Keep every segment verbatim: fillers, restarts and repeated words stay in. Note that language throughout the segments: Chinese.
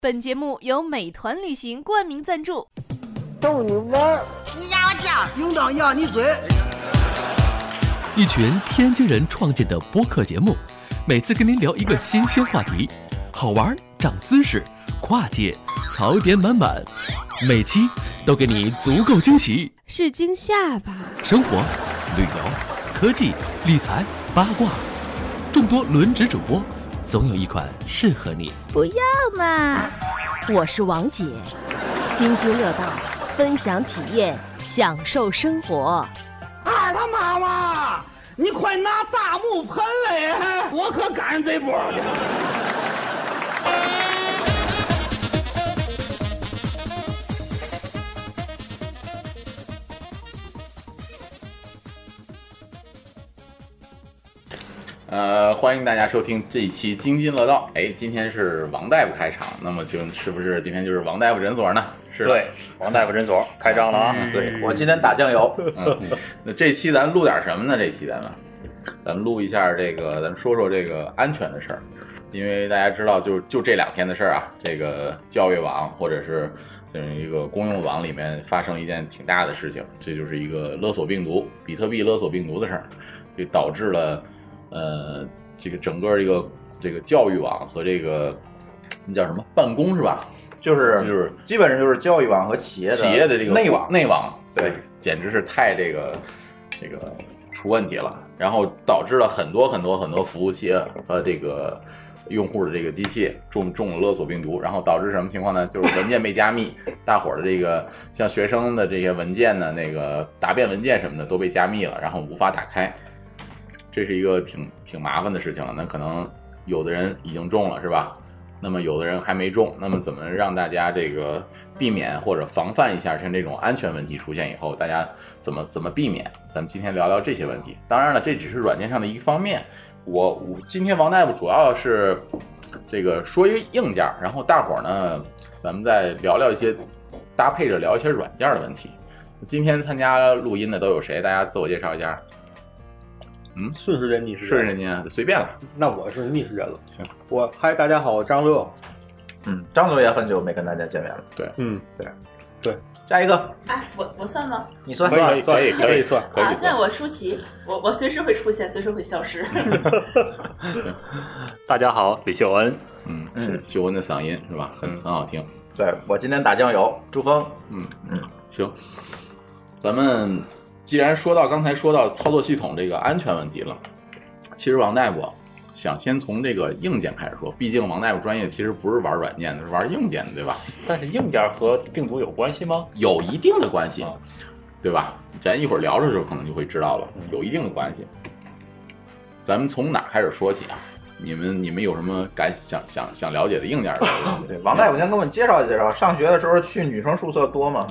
本节目由美团旅行冠名赞助。 逗你玩， 你压我脚， 应当压你嘴。 一群天津人创建的播客节目，每次跟您聊一个新鲜话题，好玩、长姿势、跨界、槽点满满，每期都给你足够惊喜。 是惊吓吧？ 生活、旅游、科技、理财、八卦，众多轮值主播，总有一款适合你。 不要嘛！我是王姐，津津乐道，分享体验，享受生活。 二他妈妈，你快拿大木盆来，我可赶上这波去。 呃，欢迎大家收听这一期津津乐道。哎，今天是王大夫开场，那么就是不是今天就是王大夫诊所呢？是对，王大夫诊所开张了啊！ 嗯、 对我今天打酱油。 嗯，那这期咱录点什么呢？这期咱们，咱们录一下这个，咱们说说这个安全的事儿，因为大家知道就，就就这两天的事儿啊，这个教育网或者是这么一个公用网里面发生一件挺大的事情，这就是一个勒索病毒，比特币勒索病毒的事儿，就导致了。呃，这个整个这个这个教育网和这个那叫什么办公是吧？ 就是就是基本上就是教育网和企业的企业的这个内网内网， 对， 简直是太这个这个出问题了，然后导致了很多很多很多服务器和这个用户的这个机器中中了勒索病毒，然后导致什么情况呢？就是文件被加密，大伙儿的这个像学生的这些文件呢，那个答辩文件什么的都被加密了，然后无法打开。这是一个挺挺麻烦的事情了，那可能有的人已经中了是吧？那么有的人还没中，那么怎么让大家这个避免或者防范一下像这种安全问题出现以后，大家怎么怎么避免？咱们今天聊聊这些问题。当然了，这只是软件上的一个方面。我我今天王大夫主要是这个说一个硬件，然后大伙儿呢，咱们再聊聊一些搭配着聊一些软件的问题。今天参加录音的都有谁？大家自我介绍一下。嗯， 顺时针逆时针， 顺时针随便了。 那我是逆时针了。 行， 我嗨，大家好，我张乐。 嗯，张总也很久没跟大家见面了。 对， 嗯， 对， 对。 下一个， 哎，我我算吗？ 你算， 可以，可以，可以算， 可以算。 啊，那我舒淇，我我随时会出现，随时会消失。 大家好，李秀恩。 嗯，是秀恩的嗓音是吧？很很好听。 对，我今天打酱油，朱峰。 嗯嗯，行，咱们。既然说到刚才说到操作系统这个安全问题了，其实王大夫想先从这个硬件开始说，毕竟王大夫专业其实不是玩软件的，是玩硬件的，对吧？ 但是硬件和病毒有关系吗？ 有一定的关系，对吧？咱一会儿聊的时候可能就会知道了，有一定的关系。咱们从哪开始说起啊？你们你们有什么感想想想了解的硬件的？ 对，王大夫先给我们介绍介绍，上学的时候去女生宿舍多吗？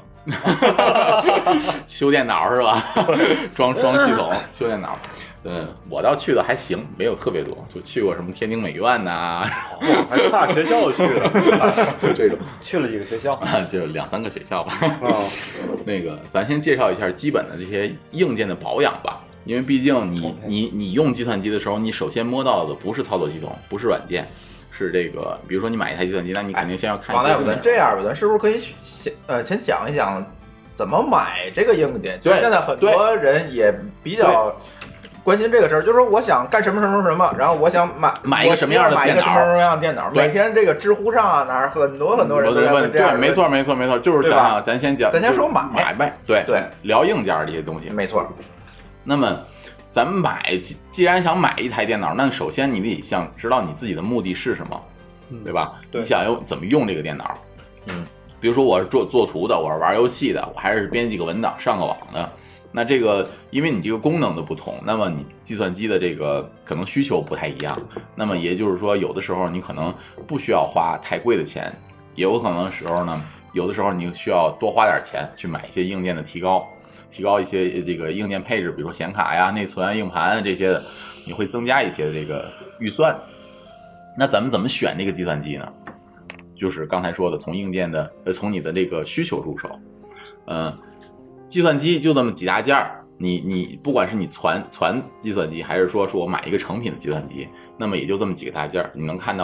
修电脑是吧？装装系统，修电脑。嗯，我倒去的还行，没有特别多，就去过什么天津美院呐、啊， 还跨学校去了， 这种去了几个学校啊，就两三个学校吧。哦，那个，咱先介绍一下基本的这些硬件的保养吧，因为毕竟你你你用计算机的时候，你首先摸到的不是操作系统，不是软件。是这个，比如说你买一台计算机，那你肯定先要看。 王大夫，咱这样吧，咱是不是可以先呃先讲一讲怎么买这个硬件？就现在很多人也比较关心这个事儿，就是说我想干什么什么什么，然后我想买买一个什么样的电脑， 买一个什么什么样的电脑。每天这个知乎上啊，哪儿很多很多人都问， 对，没错没错没错，就是想啊，咱先讲， 咱先说买买卖，对对， 聊硬件这些东西， 没错。 那么。咱们买，既然想买一台电脑，那首先你得想知道你自己的目的是什么，对吧？ 对， 你想用怎么用这个电脑？ 嗯， 比如说我是做做图的，我是玩游戏的，我还是编辑个文档上个网的。那这个因为你这个功能的不同，那么你计算机的这个可能需求不太一样。那么也就是说，有的时候你可能不需要花太贵的钱，也有可能的时候呢，有的时候你需要多花点钱去买一些硬件的提高。提高一些这个硬件配置，比如说显卡呀、内存啊、硬盘啊这些的，你会增加一些这个预算。那咱们怎么选这个计算机呢？就是刚才说的，从硬件的呃，从你的这个需求入手。呃，计算机就这么几大件儿，你你不管是你传传计算机，还是说是我买一个成品的计算机，那么也就这么几个大件儿。你能看到的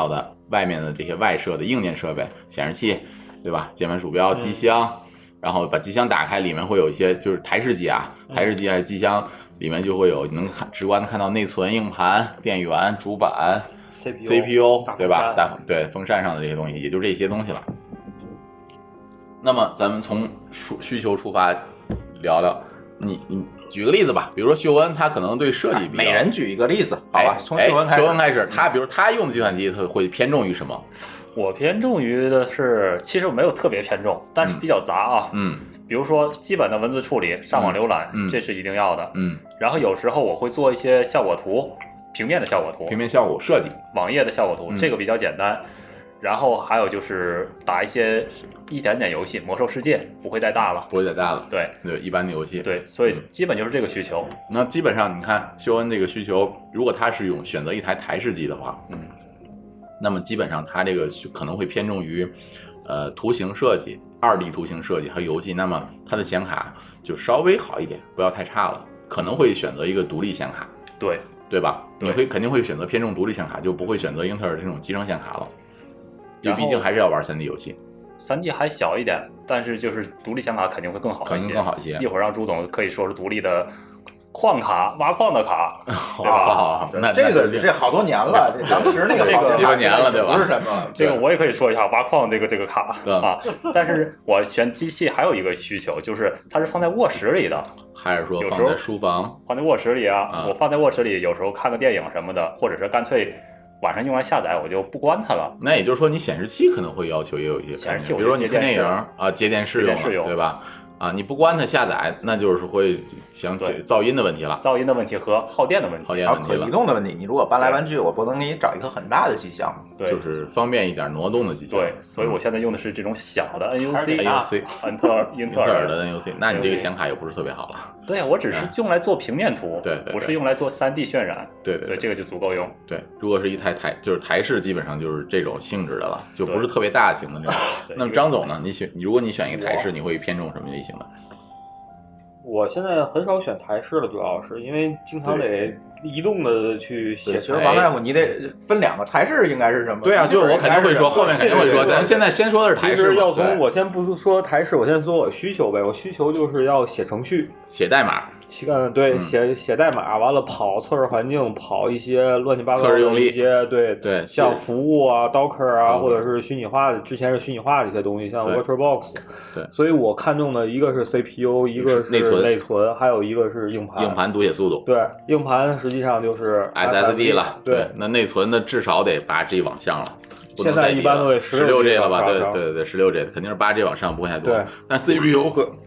外面的这些外设的硬件设备，显示器，对吧？键盘、鼠标、机箱，嗯、然后把机箱打开，里面会有一些就是台式机啊，台式机还是机箱里面就会有，你能看直观的看到内存、硬盘、电源、主板、C P U，, C P U 对吧？大对风扇上的这些东西，也就这些东西了。那么咱们从需求出发聊聊，你你举个例子吧，比如说秀恩，他可能对设计比较， 每人举一个例子，好吧？从秀恩开始，秀恩开始，他比如他用的计算机，他会偏重于什么？ 我偏重于的是，其实我没有特别偏重，但是比较杂啊。 嗯， 比如说基本的文字处理、上网浏览， 嗯， 这是一定要的。 嗯， 然后有时候我会做一些效果图，平面的效果图， 平面效果设计， 网页的效果图， 嗯、 这个比较简单。然后还有就是打一些一点点游戏，魔兽世界不会再大了， 不会再大了。 对对，一般的游戏。 对，所以基本就是这个需求。 嗯、那基本上你看秀恩这个需求，如果他是用选择一台台式机的话， 嗯， 那么基本上他这个可能会偏重于，呃，图形设计、二 D 图形设计和游戏。那么它的显卡就稍微好一点，不要太差了，可能会选择一个独立显卡。 对， 对吧？你会肯定会选择偏重独立显卡，就不会选择英特尔这种集成显卡了。因为毕竟还是要玩 三 D 游戏， 三 D 还小一点，但是就是独立显卡肯定会更好一些， 肯定更好一些。 一会儿让朱总可以说是独立的矿卡、挖矿的卡，对吧？ 好，那这个这好多年了，这当时那个七八年了，对吧？ 不是什么， 这个我也可以说一下挖矿这个这个卡啊。但是我选机器还有一个需求，就是它是放在卧室里的， 还是说放在书房？ 放在卧室里啊，我放在卧室里，有时候看个电影什么的，或者是干脆。晚上用来下载，我就不关它了。 那也就是说，你显示器可能会要求也有一些， 显示器， 比如说你看电影啊，接电视用，对吧？啊，你不关它下载，那就是会想起噪音的问题了， 噪音的问题和耗电的问题， 耗电问题了。 可移动的问题，你如果搬来搬去，我不能给你找一个很大的机箱， 对， 就是方便一点挪动的机箱。 对，所以我现在用的是这种小的 N U C，N U C， 英特尔英特尔的 N U C， 那你这个显卡又不是特别好了。 对啊，我只是用来做平面图， 对， 不是用来做 三 D 渲染， 对对， 所以这个就足够用。 对，如果是一台台就是台式，基本上就是这种性质的了，就不是特别大型的那种。那么张总呢？你选，如果你选一个台式，你会偏重什么类型的？ 我现在很少选台式了，主要是因为经常得移动的去写。 其实王大夫，你得分两个台式应该是什么？ 对啊，就是我肯定会说，后面肯定会说，咱现在先说的是台式。 其实要从我先不说台式，我先说我需求呗。我需求就是要写程序、 写代码。 嗯，对，写写代码，完了跑测试环境，跑一些乱七八糟的一些，对对， 像服务啊、Docker 啊，或者是虚拟化的，之前是虚拟化的一些东西，像 VirtualBox。 对， 所以我看中的一个是 C P U， 一个是内存， 内存，还有一个是硬盘。 硬盘读写速度。 对，硬盘实际上就是 S S D 了。 对， 那内存的至少得八 G 往上了。 现在一般都得十六 G 了吧？对对对对，十六 G 肯定是八 G 往上，不会太多。 对， 但 C P U 和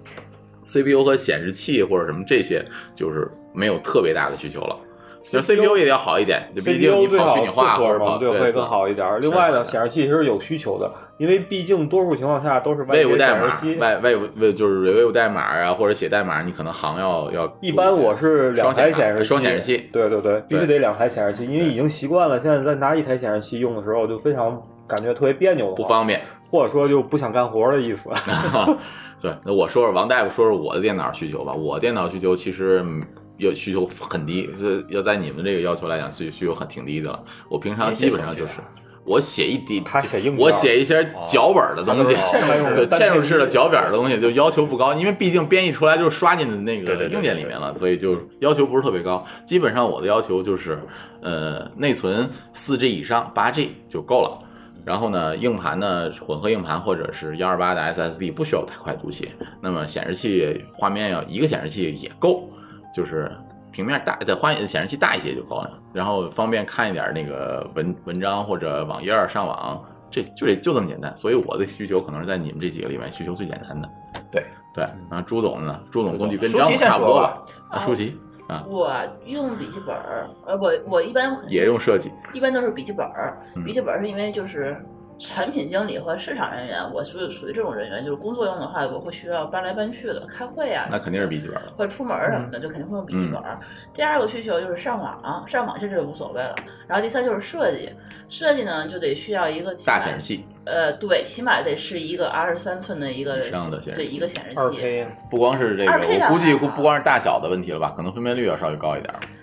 C P U 和显示器或者什么这些，就是没有特别大的需求了。就 C P U 也要好一点，就毕竟你跑虚拟化或者跑对会更好一点。另外呢，显示器是有需求的，因为毕竟多数情况下都是外部代码，外外外就是 review 代码啊，或者写代码，你可能行要要。 一般我是两台显示器， 双显示器， 对对对，必须得两台显示器，因为已经习惯了。现在在拿一台显示器用的时候，就非常感觉特别别扭， 不方便， 或者说就不想干活的意思。 对，那我说说王大夫说说我的电脑需求吧。我电脑需求其实要需求很低，要在你们这个要求来讲，需需求很挺低的了。我平常基本上就是我写一滴， 他写硬， 我写一些脚本的东西，对嵌入式的脚本的东西就要求不高，因为毕竟编译出来就是刷进的那个硬件里面了，所以就要求不是特别高。基本上我的要求就是，呃，内存四 G 以上，八 G 就够了。然后呢，硬盘呢，混合硬盘或者是一二八的 S S D 不需要太快读写。那么显示器画面要一个显示器也够，就是平面大的画显示器大一些就够了，然后方便看一点那个文文章或者网页上网，这就这就这么简单。所以我的需求可能是在你们这几个里面需求最简单的。 对对，然后朱总呢，朱总工具跟张总差不多吧？啊，舒淇。啊， 我用笔记本，呃，我我一般也用设计， 一般都是笔记本。笔记本是因为就是产品经理和市场人员，我是属于这种人员，就是工作用的话，我会需要搬来搬去的，开会啊， 那肯定是笔记本， 或者出门什么的，就肯定会用笔记本。嗯、第二个需求就是上网，上网这就无所谓了。然后第三就是设计，设计呢就得需要一个大显示器。 呃，对，起码得是一个二十三寸的一个上的显示器， 对，一个显示器。 二 K 不光是这个，我估计不光是大小的问题了吧，可能分辨率要稍微高一点。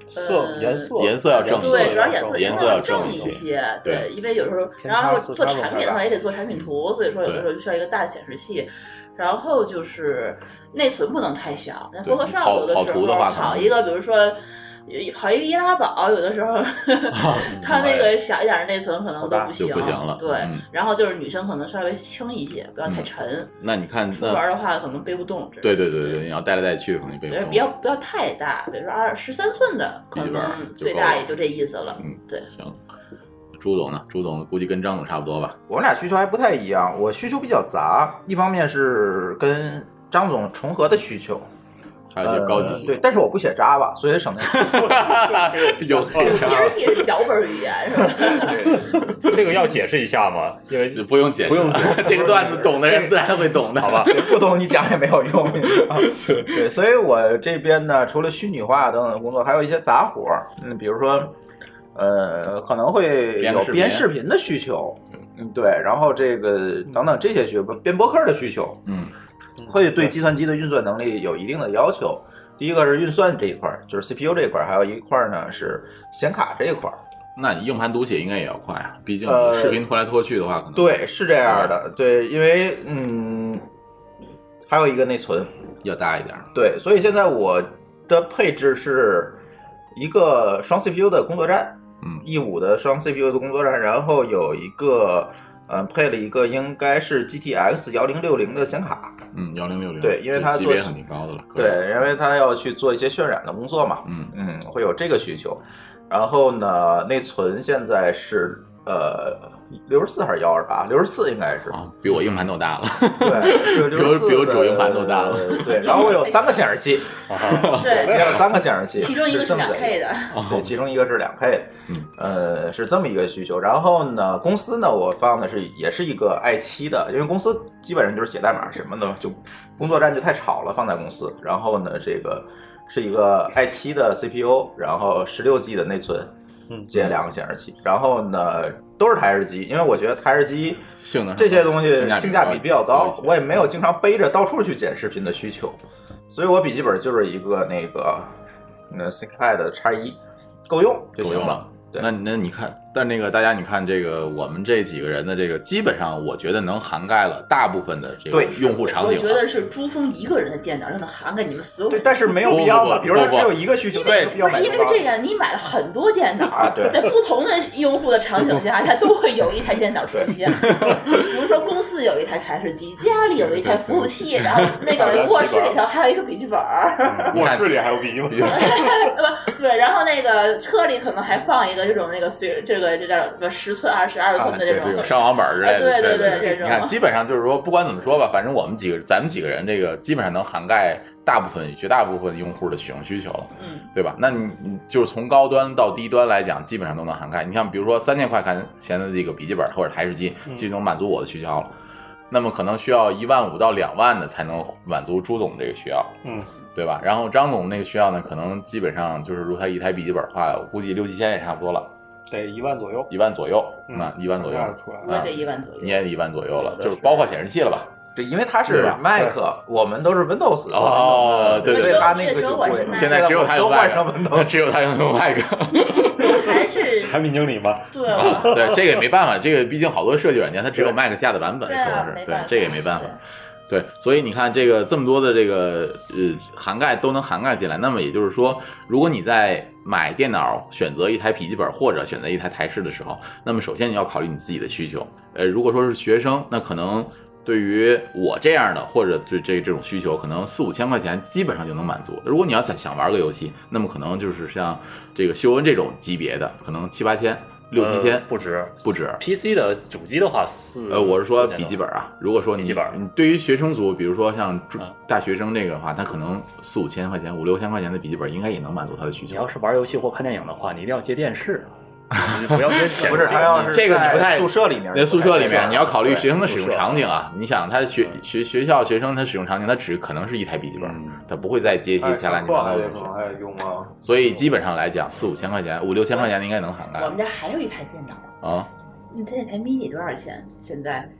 色颜色颜色要正一些， 对，主要颜色颜色要正一些。 对， 因为有时候，然后做产品的话也得做产品图，所以说有的时候就需要一个大显示器。然后就是内存不能太小，那 Photoshop 有的时候跑一个，比如说。跑一个易拉宝，有的时候它那个小一点的内存可能都不行， 就不行了。 对、嗯，然后就是女生可能稍微轻一些，不要太沉。嗯、 那你看出门的话可能背不动。 对对对对，你要带来带去可能背不动。 不要不要太大，比如说二十三寸的，可能最大也就这意思了。 嗯， 对。 行。朱总呢？朱总估计跟张总差不多吧？ 我们俩需求还不太一样，我需求比较杂，一方面是跟张总重合的需求。 还有一些高级呃、对，但是我不写 Java， 所以省那有黑 P H P 是脚本语言是吧？ 这个要解释一下吗？因为不用解释， 不用这个段子懂的人自然会懂的， 好吧？ 不懂你讲也没有用。对，所以我这边呢，除了虚拟化等等工作，还有一些杂活，嗯，比如说，呃，可能会有编视频的需求，嗯，对，然后这个等等这些需求，编播客的需求， 嗯。 会对计算机的运算能力有一定的要求。第一个是运算这一块，就是 C P U 这一块，还有一块呢是显卡这一块。 那你硬盘读写应该也要快啊，毕竟视频拖来拖去的话，可能、 呃、对是这样的，对，因为嗯，还有一个内存要大一点。 对，所以现在我的配置是一个双 C P U 的工作站， 嗯 ，E 五 的双 C P U 的工作站，然后有一个。嗯，配了一个应该是 G T X 一零六零的显卡， 嗯，一零六零， 对，因为它级别很挺高的了， 对，因为它要去做一些渲染的工作嘛， 嗯嗯，会有这个需求。然后呢，内存现在是呃六十四还是幺二八？六十四应该是啊，比我硬盘都大了， 对， 比我比我主硬盘都大了， 对。然后我有三个显示器， 对， 接了三个显示器， 其中一个是两 K 的， 对，其中一个是两 K， 嗯， 呃，是这么一个需求。然后呢，公司呢，我放的是也是一个 i 七的，因为公司基本上就是写代码什么的，就工作站就太吵了，放在公司。然后呢，这个是一个 i 七的 C P U， 然后十六 G 的内存， 嗯， 接两个显示器。然后呢，都是台式机，因为我觉得台式机性能这些东西性价比比较高，我也没有经常背着到处去剪视频的需求，所以我笔记本就是一个那个那 ThinkPad X 一，够用就行了。 那那你看，但那个大家你看这个我们这几个人的这个，基本上我觉得能涵盖了大部分的这个用户场景。 我觉得是朱峰一个人的电脑就能涵盖你们所有人。 对，但是没有必要嘛。比如说只有一个需求， 对， 不是因为是这样，你买了很多电脑， 啊、对， 在不同的用户的场景下，它都会有一台电脑出现。比如说公司有一台台式机，家里有一台服务器，然后那个卧室里头还有一个笔记本。 卧室里还有笔记本。 对，然后那个车里可能还放一个这种那个随。这个这叫什么十寸、二十二寸的这种、 啊、上网本之类的， 对对对, 对，这种你看，基本上就是说，不管怎么说吧，反正我们几个，咱们几个人，这个基本上能涵盖大部分、绝大部分用户的使用需求了， 嗯， 对吧？那你就是从高端到低端来讲，基本上都能涵盖。你像比如说三千块钱的这个笔记本或者台式机，就能满足我的需求了。嗯、那么可能需要一万五到两万的才能满足朱总这个需要， 嗯。 对吧？然后张总那个需要呢，可能基本上就是如果他一台笔记本的话，我估计六七千也差不多了。 得一万左右， 一万左右， 嗯、 那一万左右， 我也得一万左右， 你也一万左右了，就是包括显示器了吧？ 对，因为它是 Mac， 我们都是 Windows 哦，对对， 所以它那个就贵。 现在只有他有 Mac， 只有他用 Mac， 还是产品经理嘛？ 对啊，对，这个也没办法，这个毕竟好多设计软件它只有 Mac 下的版本， 对， 对，这个也没办法。对，所以你看这个这么多的这个呃涵盖都能涵盖进来，那么也就是说，如果你在买电脑选择一台笔记本或者选择一台台式的时候，那么首先你要考虑你自己的需求。呃，如果说是学生，那可能对于我这样的或者对这这种需求，可能四五千块钱基本上就能满足。如果你要再想玩个游戏，那么可能就是像这个秀恩这种级别的，可能七八千。六七千、呃、 不止， 不止。 P C 的主机的话，四呃，我是说笔记本啊。如果说你笔记本， 你对于学生族，比如说像大学生这个的话，他可能四五千块钱、五六千块钱的笔记本，应该也能满足他的需求。 你要是玩游戏或看电影的话，你一定要接电视。你不要接不是，他要是这个你不太宿舍里面， 在宿舍里面你要考虑学生的使用场景啊。你想他学学学校学生他使用场景，他只可能是一台笔记本，他不会再接一些下来你可能还用啊。 所以基本上来讲，四五千块钱、五六千块钱应该能涵盖。 我们家还有一台电脑啊， 你看那台 mini 多少钱？现在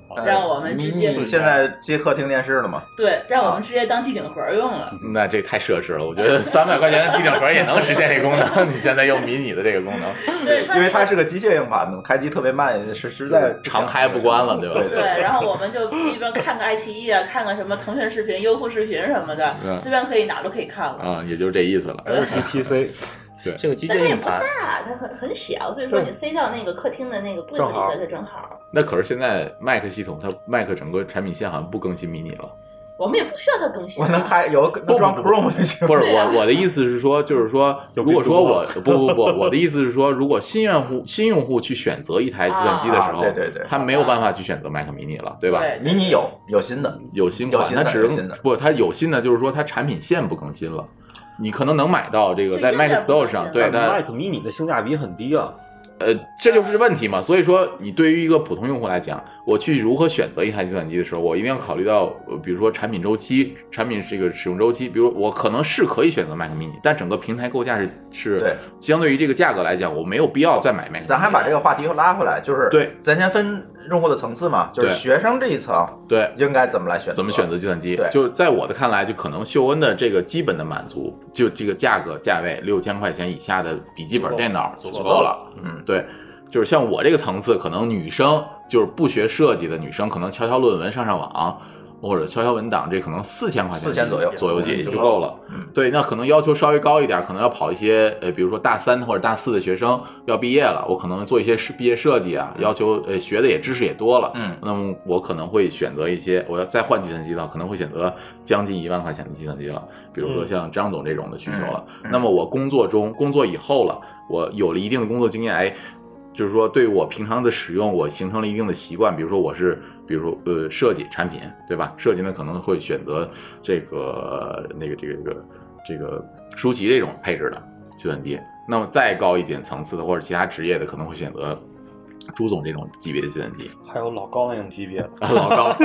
让我们直接你现在接客厅电视了吗？ 对，让我们直接当机顶盒用了。 那这太奢侈了，我觉得三百块钱的机顶盒也能实现这功能。你现在用迷你的这个功能， 因为它是个机械硬盘，开机特别慢，是实在常开不关了，对吧？ 对，然后我们就一边看个爱奇艺啊，看个什么腾讯视频、优酷视频什么的，随便可以哪都可以看了。 啊、嗯，也就是这意思了。 L G P C。 对， 这个机械硬盘，但它也不大，它很很小，所以说你塞到那个客厅的那个柜子里头就正好。 那可是现在 Mac 系统，它 Mac 整个产品线好像不更新迷你了。 我们也不需要它更新、 啊。我能开有能装 Chrome 就行。 不是我我的意思是说，就是说，如果说我不不不，我的意思是说，如果新用户新用户去选择一台计算机的时候， 啊、对对对， 他没有办法去选择 Mac mini 了，对吧？ 迷你有有新的， 有新款，它只能不，它有新的，就是说它产品线不更新了。你可能能买到这个在 Mac Store 上，对，但 Mac mini 的性价比很低啊。 呃，这就是问题嘛。所以说，你对于一个普通用户来讲，我去如何选择一台计算机的时候，我一定要考虑到，比如说产品周期、产品这个使用周期。比如我可能是可以选择 Mac mini， 但整个平台构架是是， 对， 相对于这个价格来讲，我没有必要再买 Mac mini。 咱还把这个话题拉回来，就是对， 咱先分用户的层次嘛，就是学生这一层， 对， 应该怎么来选择？ 怎么选择计算机？ 对， 就在我的看来，就可能秀恩的这个基本的满足，就这个价格价位六千块钱以下的笔记本电脑就足够了。嗯，对。就是像我这个层次，可能女生就是不学设计的女生，可能敲敲论文、上上网，或者敲敲文档，这可能四千块钱四千左右左右也就够了。嗯，对，那可能要求稍微高一点，可能要跑一些呃，比如说大三或者大四的学生要毕业了，我可能做一些毕业设计啊，要求呃学的也知识也多了。嗯，那么我可能会选择一些，我要再换计算机的，可能会选择将近一万块钱的计算机了，比如说像张总这种的需求了。嗯嗯、那么我工作中工作以后了，我有了一定的工作经验，哎。就是说，对我平常的使用，我形成了一定的习惯。比如说，我是，比如说，呃，设计产品，对吧？设计呢可能会选择这个、那个、这个、这个、这个舒淇这种配置的计算机。那么再高一点层次的，或者其他职业的，可能会选择朱总这种级别的计算机。 还有老高那种级别的， 啊、老高。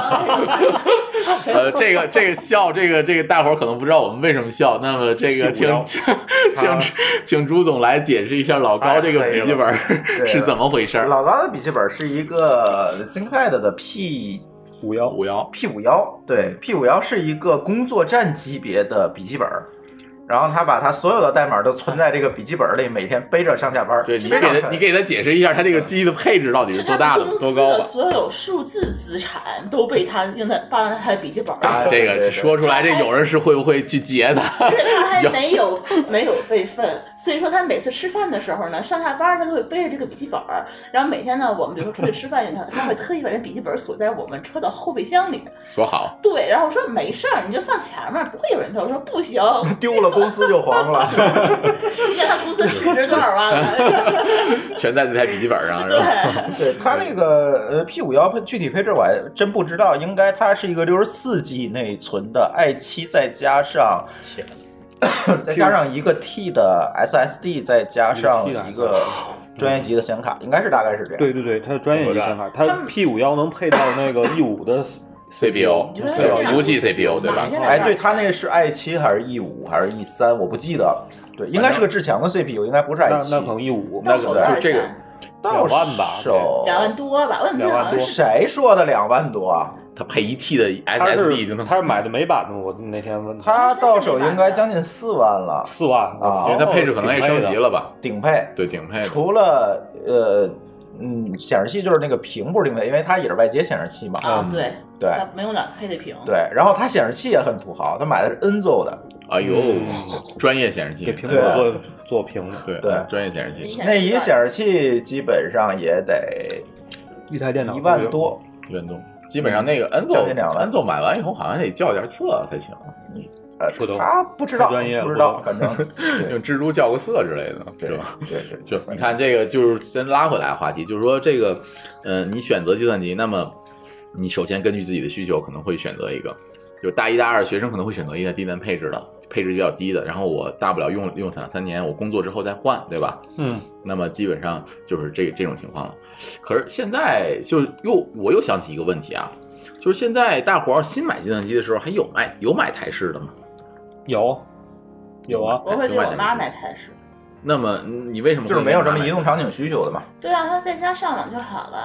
呃，这个这个笑，这个这个大伙儿可能不知道我们为什么笑。那么这个请请请请朱总来解释一下老高这个笔记本是怎么回事。 老高的笔记本是一个 ThinkPad 的 P 五幺五幺 P 五幺，对 P 五幺是一个工作站级别的笔记本。然后他把他所有的代码都存在这个笔记本里，每天背着上下班。 对，你给他，你给他解释一下，他这个机的配置到底是多大的、多高的？ 所有数字资产都被他用在放在他的笔记本里。 啊，这个说出来，这有人是会不会去截的？ 而且他还没有没有备份，所以说他每次吃饭的时候呢，上下班他都会背着这个笔记本。然后每天呢，我们比如说出去吃饭，他他会特意把这笔记本锁在我们车的后备箱里面。 锁好。 对，然后我说没事儿，你就放前面，不会有人偷。我说不行， 丢了公司就黄了。 你看他公司市值多少万了？ 全在这台笔记本上，是吧？ 对，他那个呃 P 五幺具体配置我还真不知道，应该它是一个六十四 G 内存的 i 七，再加上再加上一个 T 的 S S D， 再加上一个专业级的显卡，应该是大概是这样。 对对对，它专业级显卡，它 P 五幺能配到那个 E 五的。 C P U 对，服务器 C P U 对吧？ 哎，对，它那个是 i 七还是 E 五还是 E 三，我不记得了。对，应该是个至强的 C P U， 应该不是 i 七。 那可能 E 五， 那个就这个两万吧， 两万多吧？问题好像是谁说的两万多啊？ 他配一 T 的 S S D 就能， 他是买的美版的，我那天问他，他到手应该将近四万了， 四万啊， 因为他配置可能也升级了吧？ 顶配， 对，顶配。 除了呃。嗯，显示器就是那个屏不是顶配，因为它也是外接显示器嘛。 啊，对对， 它没有两 K 的屏。 对，然后它显示器也很土豪，他买的是 Enzo 的。 哎呦，专业显示器， 给苹果做做屏的。 对对， 专业显示器。 那一显示器基本上也得一台电脑一万多， 一万多。基本上那个 Enzo，Enzo 买完以后好像得叫点色才行。 呃，他不知道，不知道，反正用蜘蛛叫个色之类的， 对吧？ 对对， 就你看这个，就是先拉回来话题，就是说这个，呃，你选择计算机，那么你首先根据自己的需求，可能会选择一个，就大一大二学生可能会选择一个低端配置的，配置比较低的，然后我大不了用用两三年，我工作之后再换，对吧？ 嗯， 那么基本上就是这这种情况了。可是现在就又我又想起一个问题啊，就是现在大伙儿新买计算机的时候，还有买有买台式的吗？ 有，有啊， 我会给我妈买台式。 那么你为什么就是没有这么移动场景需求的嘛？ 对啊，她在家上网就好了。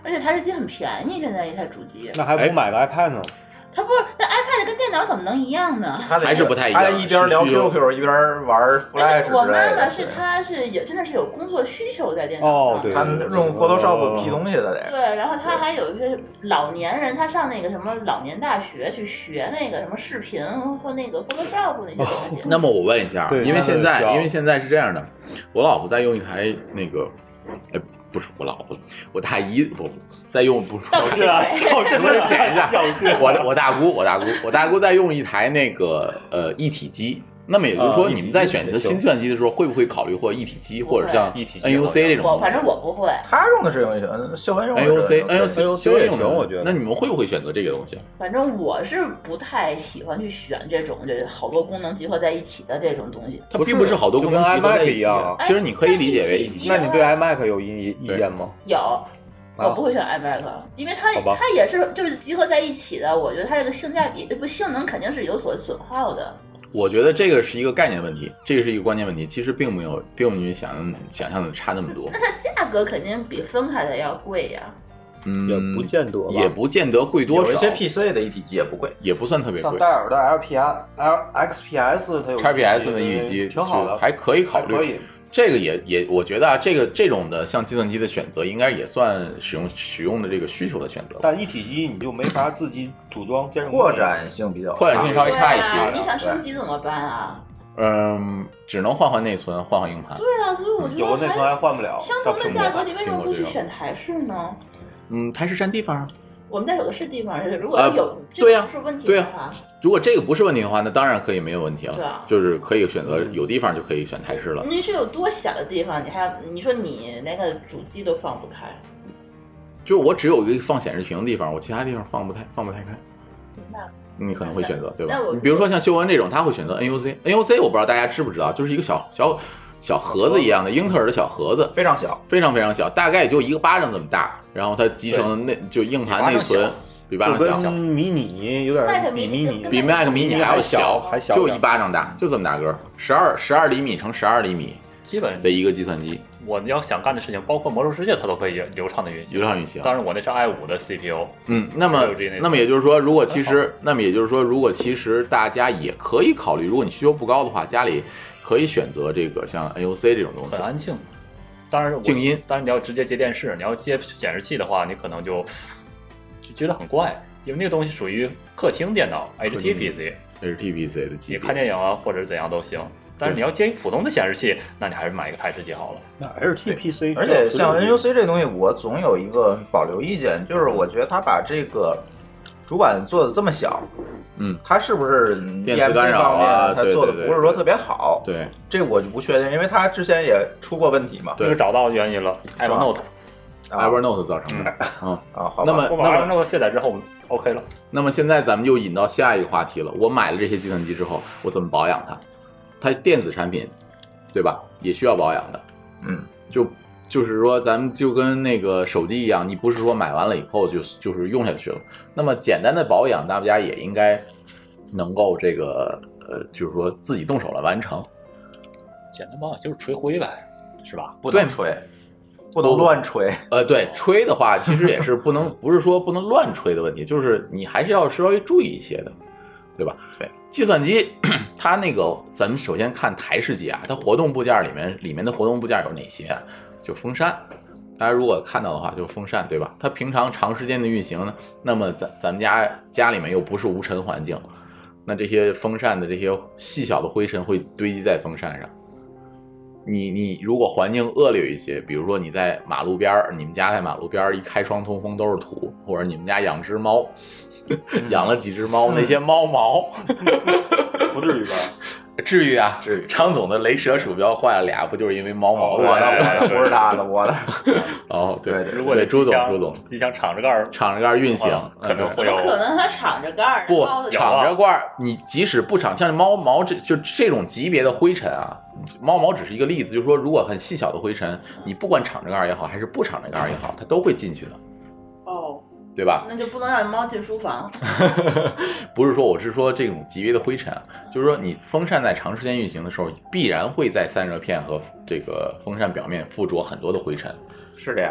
而且台式机很便宜，现在一台主机。 那还不买个 iPad 呢？ 它不，那 iPad 跟电脑怎么能一样呢？ 还是不太一样。 他一边聊 Q Q 一边玩 Flash 之类的。 我妈妈是她是也真的是有工作需求在电脑上， 哦，对， 他用 Photoshop P 东西的得。 对，然后他还有一些老年人，他上那个什么老年大学去学那个什么视频或那个 Photoshop 那些东西。 那么我问一下，因为现在因为现在是这样的，我老婆在用一台那个，哎。不是我老婆，我大姨不在用，不是小事啊， 小事，我剪一下，我我大姑，我大姑，我大姑在用一台那个呃一体机。那么也就是说，你们在选择新计算机的时候，会不会考虑或一体机，或者像 N U C 这种？ 我反正我不会。 他用的是用秀恩用 N U C，N U C 秀恩用的，我觉得。那你们会不会选择这个东西？ 反正我是不太喜欢去选这种这好多功能集合在一起的这种东西。 它并不是好多功能集合在一起啊。其实你可以理解为一体。 那你对 iMac 有意意见吗？ 有。我不会选 iMac，因为它它也是就是集合在一起的，我觉得它这个性价比不性能肯定是有所损耗的。 我觉得这个是一个概念问题，这个是一个关键问题，其实并没有，并没有你想想象的差那么多。 那它价格肯定比分开的要贵呀。 嗯， 也不见得， 也不见得贵多少。 有一些 P C 的一体机也不贵， 也不算特别贵。 像戴尔的 L P S、L X P S 它有 X P S 的一体机挺好的， 还可以考虑。 可以。 这个也也，我觉得啊，这个这种的像计算机的选择，应该也算使用使用的这个需求的选择。 但一体机你就没法自己组装， 扩展性比较， 扩展性稍微差一些。 啊、你想升级怎么办啊？ 嗯，只能换换内存，换换硬盘。 对啊，所以我觉得有的内存还换不了。 相同的价格，你为什么不去选台式呢？ 嗯，台式占地方。 我们家有的是地方，如果有、呃、这个不是问题的话、 啊，如果这个不是问题的话，那当然可以没有问题了。 对啊， 就是可以选择有地方就可以选台式了。 你是有多小的地方，你还你说你连个主机都放不开？ 就是我只有一个放显示屏的地方，我其他地方放不太放不太开。 那你可能会选择对吧？你比如说像秀恩这种，他会选择 N U C。N U C 我不知道大家知不知道，就是一个小小小盒子一样的英特尔的小盒子， 非常小， 非常非常小，大概也就一个巴掌这么大。然后它集成的内就硬盘内存比巴掌小， 跟迷你有点比迷你比 Mac mini 还要小， 还小， 就一巴掌大，就这么大个，十二十二厘米乘十二厘米， 基本的一个计算机。 我要想干的事情，包括魔兽世界，它都可以流畅的运行， 流畅运行。 当然，我那是 i 五的 C P U。 嗯，那么那么也就是说，如果其实，那么也就是说，如果其实大家也可以考虑，如果你需求不高的话，家里可以选择这个像 N U C 这种东西， 很安静。当然， 静音。 当然，你要直接接电视，你要接显示器的话，你可能就就觉得很怪，因为那个东西属于客厅电脑 H T P C。H T P C 的机， 你看电影啊或者怎样都行。但是你要接普通的显示器，那你还是买一个台式机好了。 那 H T P C， 而且像 N U C 这东西，我总有一个保留意见，就是我觉得它把这个主板做的这么小， 嗯， 它是不是电磁干扰啊？ 它做的不是说特别好。 对， 这我就不确定，因为它之前也出过问题嘛。 这个找到原因了 ，Evernote。Evernote 造成的。啊啊，好。 那么， 我把 Evernote 卸载之后 ，OK 了。 那么现在咱们就引到下一个话题了。我买了这些计算机之后，我怎么保养它？它电子产品，对吧？也需要保养的。 嗯， 就就是说，咱们就跟那个手机一样，你不是说买完了以后就就是用下去了。那么简单的保养，大家也应该能够这个呃，就是说自己动手来完成。 简单保养就是吹灰呗，是吧？ 不能吹，不能乱吹。 呃，对，吹的话其实也是不能，不是说不能乱吹的问题，就是你还是要稍微注意一些的，对吧？ 对。 计算机，它那个，咱们首先看台式机啊，它活动部件里面里面的活动部件有哪些？就风扇，大家如果看到的话，就是风扇，对吧？它平常长时间的运行呢，那么咱咱们家家里面又不是无尘环境，那这些风扇的这些细小的灰尘会堆积在风扇上。你你如果环境恶劣一些，比如说你在马路边儿，你们家在马路边儿一开窗通风都是土，或者你们家养只猫。养了几只猫，那些猫毛不至于吧？ 至于啊，至于。张总的雷蛇鼠标坏了俩，不就是因为猫毛的？ 我的不是他的，我的。 哦，对， 如果朱总，朱总， 机箱敞着盖敞着盖运行， 可能会有。 可能它敞着盖不敞着盖，你即使不敞，像猫毛这就这种级别的灰尘啊，猫毛只是一个例子，就是说，如果很细小的灰尘，你不管敞着盖也好，还是不敞着盖也好，它都会进去的。 哦。 对吧？ 那就不能让猫进书房。 不是说，我是说这种级别的灰尘，就是说你风扇在长时间运行的时候，必然会在散热片和这个风扇表面附着很多的灰尘。 是这样的。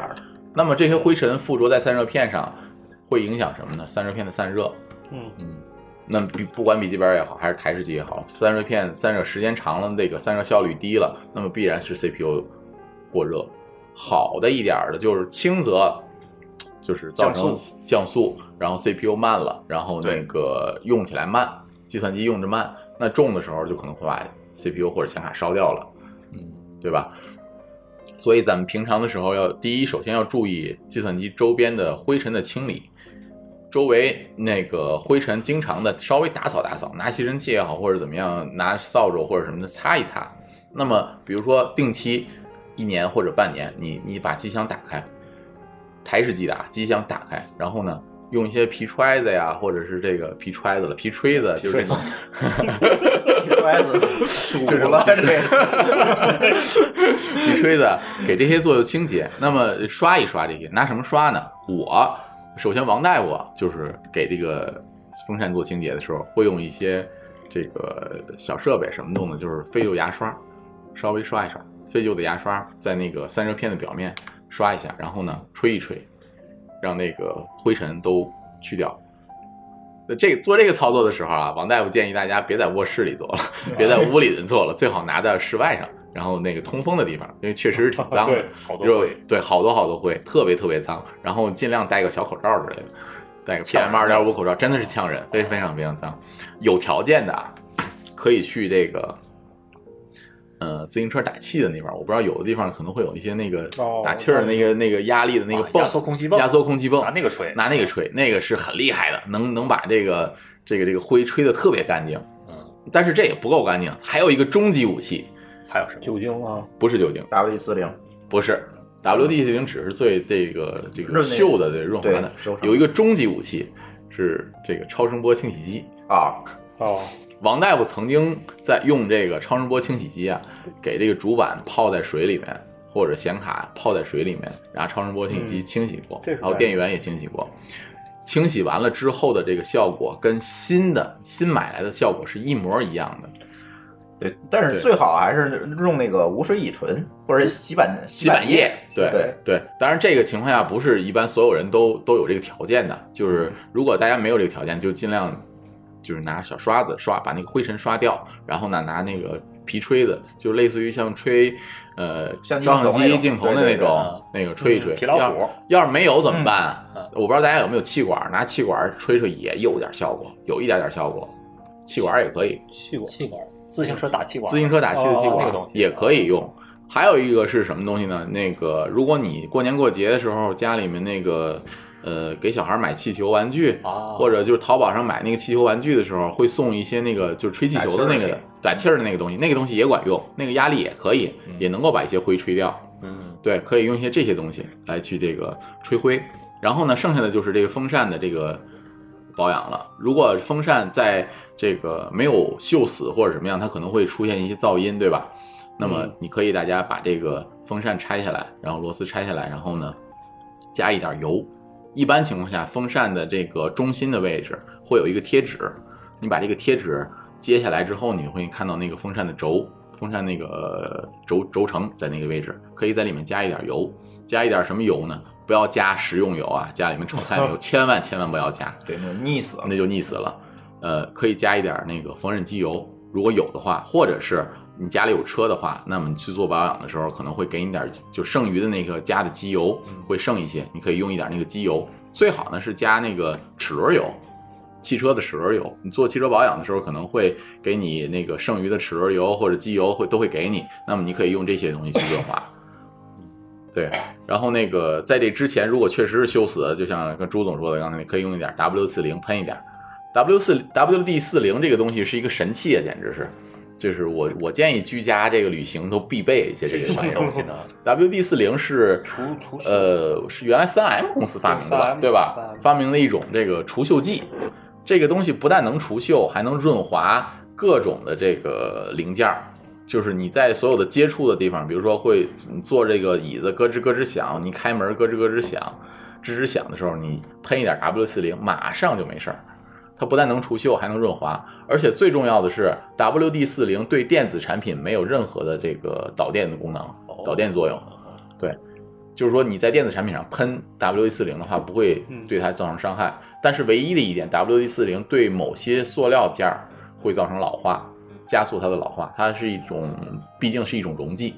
那么这些灰尘附着在散热片上，会影响什么呢？散热片的散热。 嗯嗯，那比不管笔记本也好，还是台式机也好，散热片散热时间长了，这个散热效率低了，那么必然是 C P U 过热。好的一点的就是轻则就是造成降速，然后 C P U 慢了，然后那个用起来慢，计算机用着慢。那重的时候就可能会把 C P U 或者显卡烧掉了，嗯，对吧？所以咱们平常的时候要第一，首先要注意计算机周边的灰尘的清理，周围那个灰尘经常的稍微打扫打扫，拿吸尘器也好，或者怎么样，拿扫帚或者什么的擦一擦。那么比如说定期一年或者半年，你你把机箱打开，台式机的啊，机箱打开，然后呢用一些皮揣子呀，或者是这个皮揣子了，皮吹子，就是这种皮揣子， 就是了这个皮吹子，给这些做清洁。那么刷一刷这些，拿什么刷呢？我首先王大夫就是给这个风扇做清洁的时候，会用一些这个小设备，什么用呢？就是废旧牙刷，稍微刷一刷，废旧的牙刷在那个散热片的表面刷一下，然后呢吹一吹。让那个灰尘都去掉。这做这个操作的时候啊，王大夫建议大家别在卧室里做了，别在屋里做了，最好拿到室外上，然后那个通风的地方，因为确实是挺脏的， 对，好多灰， 对，好多好多灰，特别特别脏。然后尽量戴个小口罩之类的，戴个 P M 二点五 口罩，真的是呛人，非非常非常脏。有条件的啊，可以去这个。呃，自行车打气的那边，我不知道有的地方可能会有一些那个打气儿的那个、哦、那个压力的那个泵， 压缩空气泵， 压缩空气泵， 拿那个吹， 拿那个吹，那个是很厉害的，能能把这个这个这个灰吹得特别干净。嗯，但是这也不够干净，还有一个终极武器， 还有什么？ 酒精啊？ 不是酒精 ，W D 四十， 不是 W D 四十只是最这个这个锈的这润滑的，有一个终极武器是这个超声波清洗机啊哦。 王大夫曾经在用这个超声波清洗机啊，给这个主板泡在水里面，或者显卡泡在水里面，然后超声波清洗机清洗过， 嗯、 然后电源也清洗过。清洗完了之后的这个效果跟新的新买来的效果是一模一样的。 对，但是最好还是用那个无水乙醇或者洗板洗板液。对对对，当然这个情况下不是一般所有人都都有这个条件的，就是如果大家没有这个条件，就尽量。就是拿小刷子刷，把那个灰尘刷掉，然后呢，拿那个皮吹子，就类似于像吹，呃，照相机镜头的那种， 对对对那个吹一吹。 皮老虎， 要是没有怎么办？嗯、我不知道大家有没有气管，拿气管吹吹也有点效果，有一点点效果。气管也可以， 气管， 气管，自行车打气管， 自行车打气的气管、 哦、那个东西也可以用。还有一个是什么东西呢？那个，如果你过年过节的时候，家里面那个。呃，给小孩买气球玩具、啊，或者就是淘宝上买那个气球玩具的时候，会送一些那个就是吹气球的那个打气儿的那个东西，那个东西也管用，那个压力也可以，嗯、也能够把一些灰吹掉。嗯，对，可以用一些这些东西来去这个吹灰。然后呢，剩下的就是这个风扇的这个保养了。如果风扇在这个没有锈死或者什么样，它可能会出现一些噪音，对吧？那么你可以大家把这个风扇拆下来，然后螺丝拆下来，然后呢加一点油。一般情况下，风扇的这个中心的位置会有一个贴纸，你把这个贴纸揭下来之后，你会看到那个风扇的轴，风扇那个轴轴承在那个位置，可以在里面加一点油，加一点什么油呢？不要加食用油啊，家里面炒菜的油千万千万不要加， 对，那腻死了， 那就腻死了。呃，可以加一点那个缝纫机油，如果有的话，或者是你家里有车的话，那么你去做保养的时候，可能会给你点就剩余的那个加的机油会剩一些，你可以用一点那个机油。最好呢是加那个齿轮油，汽车的齿轮油。你做汽车保养的时候，可能会给你那个剩余的齿轮油或者机油会都会给你，那么你可以用这些东西去润滑。对，然后那个在这之前，如果确实是锈死的，就像跟朱总说的，刚才你可以用一点 W 四十 喷一点。W 四 W D 四十 这个东西是一个神器啊，简直是。就是我我建议居家这个旅行都必备一些这个玩意儿东西呢。W D 四十 是呃是原来 三 M 公司发明的吧，对吧？发明的一种这个除锈剂。这个东西不但能除锈，还能润滑各种的这个零件。就是你在所有的接触的地方，比如说会坐这个椅子咯吱咯吱响，你开门咯吱咯吱响，吱吱响的时候，你喷一点 W 四十，马上就没事儿。它不但能除锈，还能润滑，而且最重要的是 W D 四十 对电子产品没有任何的这个导电的功能，导电作用。对， 就是说你在电子产品上喷 W D 四十 的话，不会对它造成伤害。嗯、但是唯一的一点 ，W D 四十 对某些塑料件会造成老化，加速它的老化。它是一种，毕竟是一种溶剂。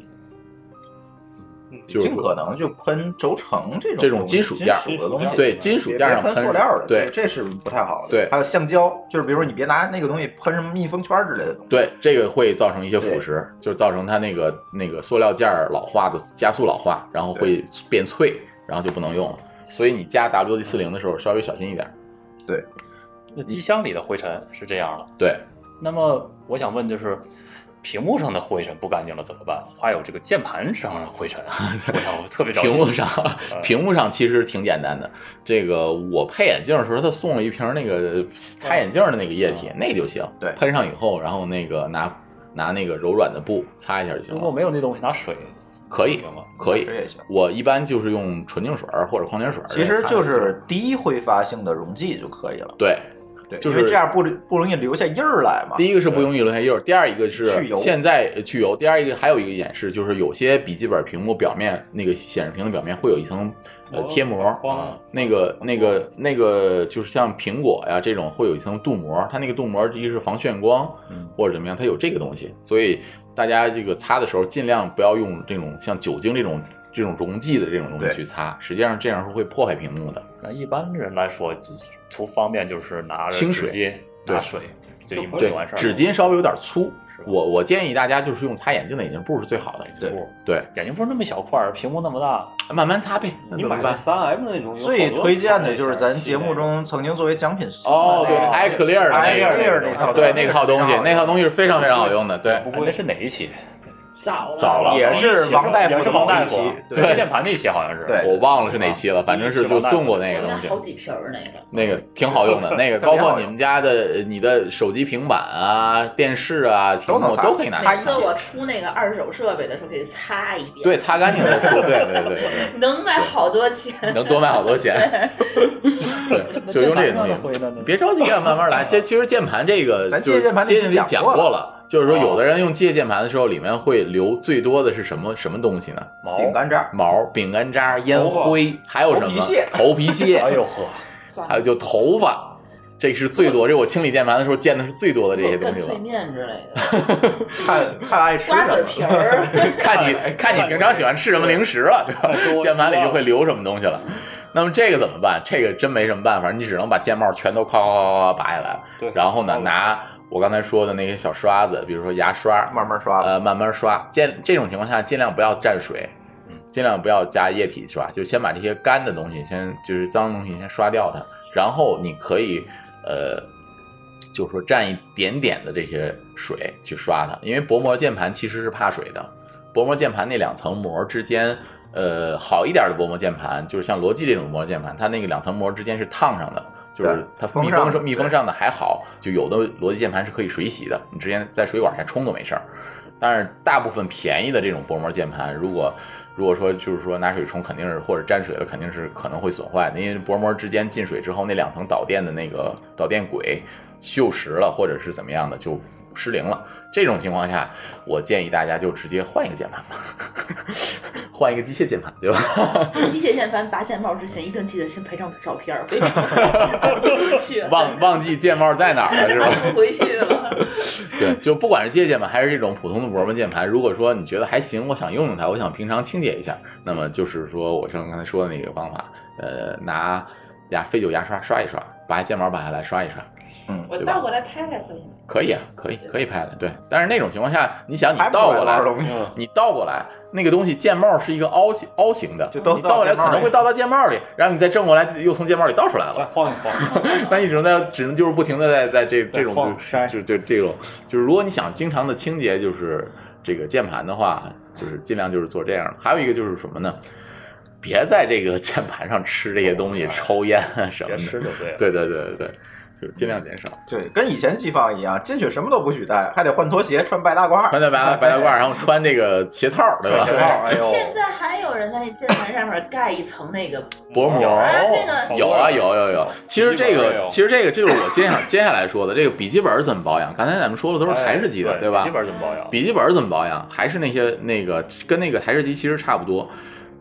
尽可能就喷轴承这种这种金属件的东西， 对金属件上喷塑料的， 对， 这是不太好的。 对， 还有橡胶，就是比如说你别拿那个东西喷什么密封圈之类的。 对，这个会造成一些腐蚀，就是造成它那个那个塑料件老化的加速老化，然后会变脆，然后就不能用了。所以你加 W D 四十 的时候稍微小心一点。 对， 那机箱里的灰尘是这样的。 对， 那么我想问就是。屏幕上的灰尘不干净了怎么办？还有这个键盘上的灰尘，我想我特别着急。 屏幕上，屏幕上其实挺简单的。这个我配眼镜的时候，他送了一瓶那个擦眼镜的那个液体，嗯、那个就行。 对， 喷上以后，然后那个拿拿那个柔软的布擦一下就行了。 如果没有那东西，拿水可以吗？ 可以， 水也行。 我一般就是用纯净水或者矿泉水。 其实就是低挥发性的溶剂就可以了。 对。 对， 就是因为这样不不容易留下印儿来嘛。 第一个是不容易留下印儿，第二一个是去油， 现在去油。第二一个还有一个演示，就是有些笔记本屏幕表面那个显示屏的表面会有一层呃贴膜， 哦、 那个那个那个就是像苹果呀这种会有一层镀膜，它那个镀膜一是防眩光、嗯、或者怎么样，它有这个东西，所以大家这个擦的时候尽量不要用这种像酒精这种。这种溶剂的这种东西去擦，实际上这样是会破坏屏幕的。 那一般人来说，图方便就是拿着清水纸巾拿水就一对完事儿。 纸巾稍微有点粗，我我建议大家就是用擦眼镜的眼镜布是最好的眼镜布。对， 眼镜布那么小块，屏幕那么大， 慢慢擦呗。 你买的三 M 那种， 最推荐的就是咱节目中曾经作为奖品送哦，对 ，iClear 的那套， 对那套东西，那套东西是非常非常好用的。对， 不过那是哪一期？ 早早了， 也是王大夫， 也是王大夫， 对键盘那期好像是， 对， 我忘了是哪期了，反正是就送过那个东西， 好几瓶那个， 那个挺好用的，那个包括你们家的你的手机、平板啊、电视啊、屏幕都可以拿。 每次我出那个二手设备的时候，可以擦一遍， 对，擦干净再出，对对对对， 能卖好多钱， 能多卖好多钱，对，就用这个东西，你别着急啊，慢慢来。这其实键盘这个， 咱机械键盘接里讲过了。就是说，有的人用机械键盘的时候，里面会留最多的是什么什么东西呢？ 毛、 饼干渣、 毛、饼干渣、烟灰，还有什么？ 头皮屑。 头皮屑。 哎呦呵， 还有就头发，这是最多。这我清理键盘的时候见的是最多的这些东西了。 脆面之类的。 看看爱吃什么。 瓜子皮儿。 看你看你平常喜欢吃什么零食了，对吧？键盘里就会留什么东西了。那么这个怎么办？这个真没什么办法，你只能把键帽全都夸夸夸夸拔下来，然后呢拿。我刚才说的那些小刷子，比如说牙刷， 慢慢刷， 呃，慢慢刷。尽这种情况下，尽量不要蘸水，尽量不要加液体刷，就先把这些干的东西，先就是脏的东西先刷掉它，然后你可以呃，就是说蘸一点点的这些水去刷它，因为薄膜键盘其实是怕水的，薄膜键盘那两层膜之间，呃，好一点的薄膜键盘，就是像罗技这种薄膜键盘，它那个两层膜之间是烫上的。就是它密封上密封上的还好，就有的逻辑键盘是可以水洗的，你直接在水管下冲都没事儿。但是大部分便宜的这种薄膜键盘，如果如果说就是说拿水冲，肯定是或者沾水了，肯定是可能会损坏的，因为薄膜之间进水之后，那两层导电的那个导电轨锈蚀了，或者是怎么样的就失灵了。这种情况下，我建议大家就直接换一个键盘吧，换一个机械键盘，对吧？ 机械键盘拔键帽之前，一定记得先拍张照片，别回去忘忘记键帽在哪儿了，是吧？ 不回去了。 对，就不管是机械键盘还是这种普通的薄膜键盘，如果说你觉得还行，我想用用它，我想平常清洁一下，那么就是说我像刚才说的那个方法，呃，拿牙废旧牙刷刷一刷，把键帽拔下来刷一刷。 嗯，我倒过来拍拍可以吗？ 可以啊，可以，可以拍的，对。但是那种情况下，你想你倒过来，你倒过来，那个东西键帽是一个凹形凹形的， 就都你倒过来可能会倒到键帽里，然后你再正过来，又从键帽里倒出来了。 再晃一晃， 那你只能在只能就是不停的在在这这种就就就这种，就是如果你想经常的清洁就是这个键盘的话，就是尽量就是做这样的。还有一个就是什么呢？别在这个键盘上吃这些东西，抽烟啊什么的。 别吃就对。 对对对对对。就尽量减少， 对，跟以前机房一样，进去什么都不许带，还得换拖鞋，穿白大褂， 穿白大白大褂，然后穿这个鞋套，对吧？ 鞋套，哎呦！ 现在还有人在键盘上面盖一层那个薄膜， 那个有啊有有有。其实这个其实这个就是我接下接下来说的，这个笔记本怎么保养？刚才咱们说的都是台式机的，对吧？ 笔记本怎么保养？ 笔记本怎么保养？还是那些那个跟那个台式机其实差不多。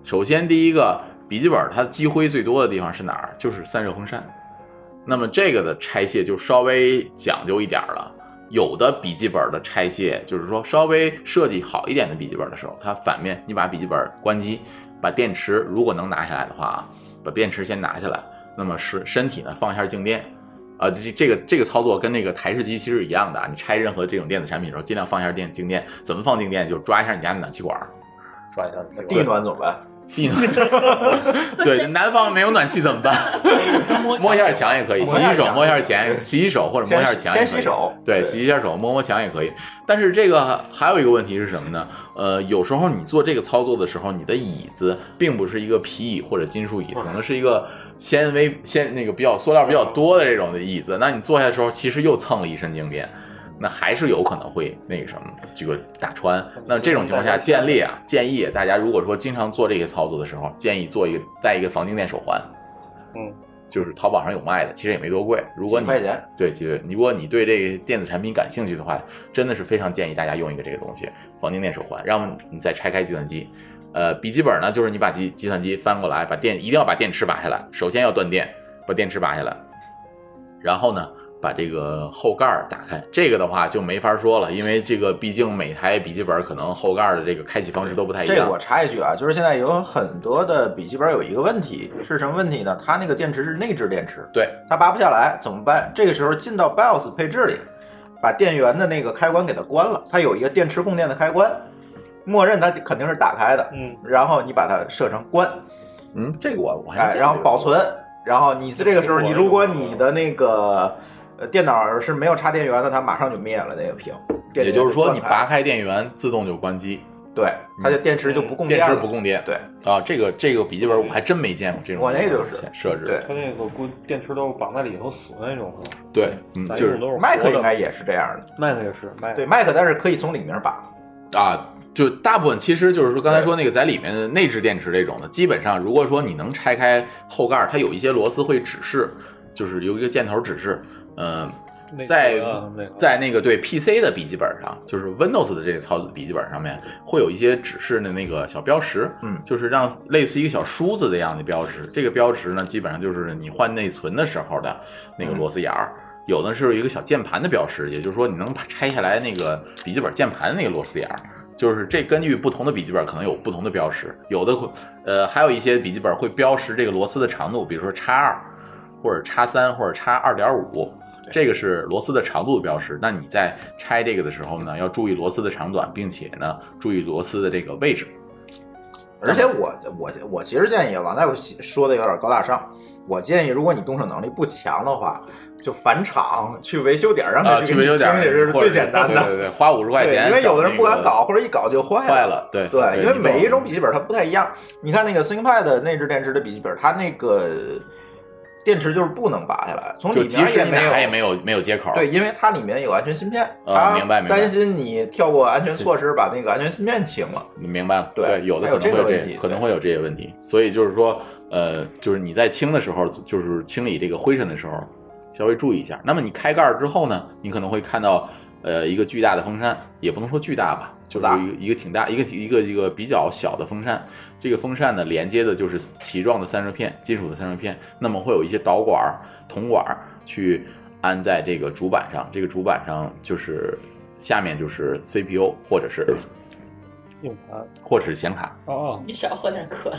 首先第一个，笔记本它积灰最多的地方是哪儿？就是散热风扇。那么这个的拆卸就稍微讲究一点了。有的笔记本的拆卸，就是说稍微设计好一点的笔记本的时候，它反面你把笔记本关机，把电池如果能拿下来的话啊，把电池先拿下来，那么是身体呢放一下静电。啊，这这个这个操作跟那个台式机其实一样的啊。你拆任何这种电子产品的时候，尽量放一下电静电。怎么放静电？就是抓一下你家的暖气管， 抓一下地暖怎么办？ 地暖，对，南方没有暖气怎么办？摸一下墙也可以，洗洗手，摸一下墙，洗洗手或者摸一下墙， 先洗手， 对，洗一下手，摸摸墙也可以。但是这个还有一个问题是什么呢？呃，有时候你做这个操作的时候，你的椅子并不是一个皮椅或者金属椅，可能是一个纤维纤那个比较塑料比较多的这种的椅子，那你坐下的时候，其实又蹭了一身静电。那还是有可能会那个什么，这个打穿。那这种情况下，建立啊，建议大家如果说经常做这些操作的时候，建议做一个带一个防静电手环。 嗯， 就是淘宝上有卖的，其实也没多贵。如果你几块钱， 对，对，如果你对这个电子产品感兴趣的话，真的是非常建议大家用一个这个东西，防静电手环。让你再拆开计算机，呃，笔记本呢，就是你把计计算机翻过来，把电一定要把电池拔下来，首先要断电，把电池拔下来，然后呢，把这个后盖打开。这个的话就没法说了，因为这个毕竟每台笔记本可能后盖的这个开启方式都不太一样。 这个我插一句啊，就是现在有很多的笔记本有一个问题，是什么问题呢？它那个电池是内置电池， 对， 它拔不下来怎么办？这个时候进到 BIOS 配置里，把电源的那个开关给它关了，它有一个电池供电的开关，默认它肯定是打开的， 嗯， 然后你把它设成关， 嗯，这个我我还哎，然后保存，然后你这个时候你如果你的那个呃电脑是没有插电源的，它马上就灭了那个屏， 也就是说你拔开电源自动就关机。 对，它的电池就不供电了， 电池不供电。 对啊，这个这个笔记本我还真没见过这种。 我那就是设置， 对， 它那个估电池都是绑在里头死那种。 对，嗯，就是 Mac 应该也是这样的 ，Mac 也是 ，Mac 对 Mac， 但是可以从里面拔。 啊，就大部分其实就是说刚才说那个在里面的内置电池这种的，基本上如果说你能拆开后盖，它有一些螺丝会指示，就是有一个箭头指示，嗯。在在那个对 P C 的笔记本上，就是 Windows 的这个操作笔记本上面，会有一些指示的那个小标识， 嗯， 就是让类似一个小梳子这样的标识。这个标识呢，基本上就是你换内存的时候的那个螺丝眼儿。有的是一个小键盘的标识，也就是说你能拆下来那个笔记本键盘那个螺丝眼儿。就是这根据不同的笔记本可能有不同的标识，有的呃还有一些笔记本会标识这个螺丝的长度，比如说叉二或者叉三或者叉二点五。这个是螺丝的长度的标识，那你在拆这个的时候呢，要注意螺丝的长短，并且呢，注意螺丝的这个位置。 而且我我我其实建议王大夫说的有点高大上，我建议如果你动手能力不强的话，就返厂去维修点让他去维修点， 这是最简单的。 对对对，花五十块钱， 因为有的人不敢搞，或者一搞就坏了。 坏了，对对，因为每一种笔记本它不太一样。你看那个 ThinkPad 内置电池的笔记本，它那个电池就是不能拔下来，从里面也没有， 也没有没有接口。 对，因为它里面有安全芯片， 啊，明白明白。 担心你跳过安全措施，把那个安全芯片清了。 你明白了？ 对， 有的可能会这可能会有这些问题，所以就是说，呃，就是你在清的时候，就是清理这个灰尘的时候，稍微注意一下。那么你开盖之后呢，你可能会看到，呃，一个巨大的风扇，也不能说巨大吧，就是一个一个挺大，一个一个一个比较小的风扇。这个风扇呢，连接的就是鳍状的散热片，金属的散热片。那么会有一些导管、铜管去安在这个主板上，这个主板上就是下面就是 C P U 或者是硬盘， 或者是显卡。 哦， 你少喝点可乐。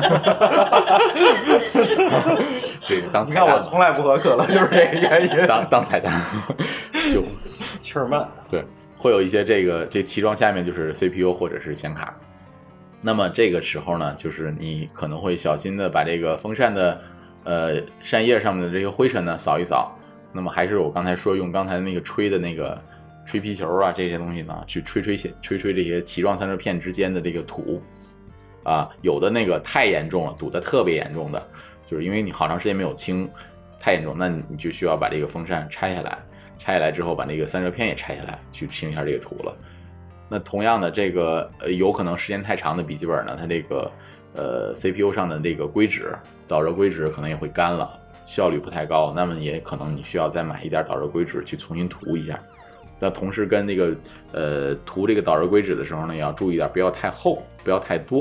对，当彩蛋。 你看我从来不喝可乐，就是这个原因。 当当彩蛋，就气儿慢。 对，会有一些这个这鳍状下面就是 C P U 或者是显卡。那么这个时候呢，就是你可能会小心的把这个风扇的呃扇叶上面的这个灰尘呢扫一扫。那么还是我刚才说用刚才那个吹的那个吹皮球啊这些东西呢，去吹吹吹吹这些鳍状散热片之间的这个土啊，有的那个太严重了，堵得特别严重的，就是因为你好长时间没有清，太严重，那你就需要把这个风扇拆下来，拆下来之后把那个散热片也拆下来，去清一下这个土了。那同样的，这个呃有可能时间太长的笔记本呢，它这个呃 C P U 上的这个硅脂导热硅脂可能也会干了，效率不太高。那么也可能你需要再买一点导热硅脂去重新涂一下。那同时跟这个呃涂这个导热硅脂的时候呢，也要注意点，不要太厚，不要太多。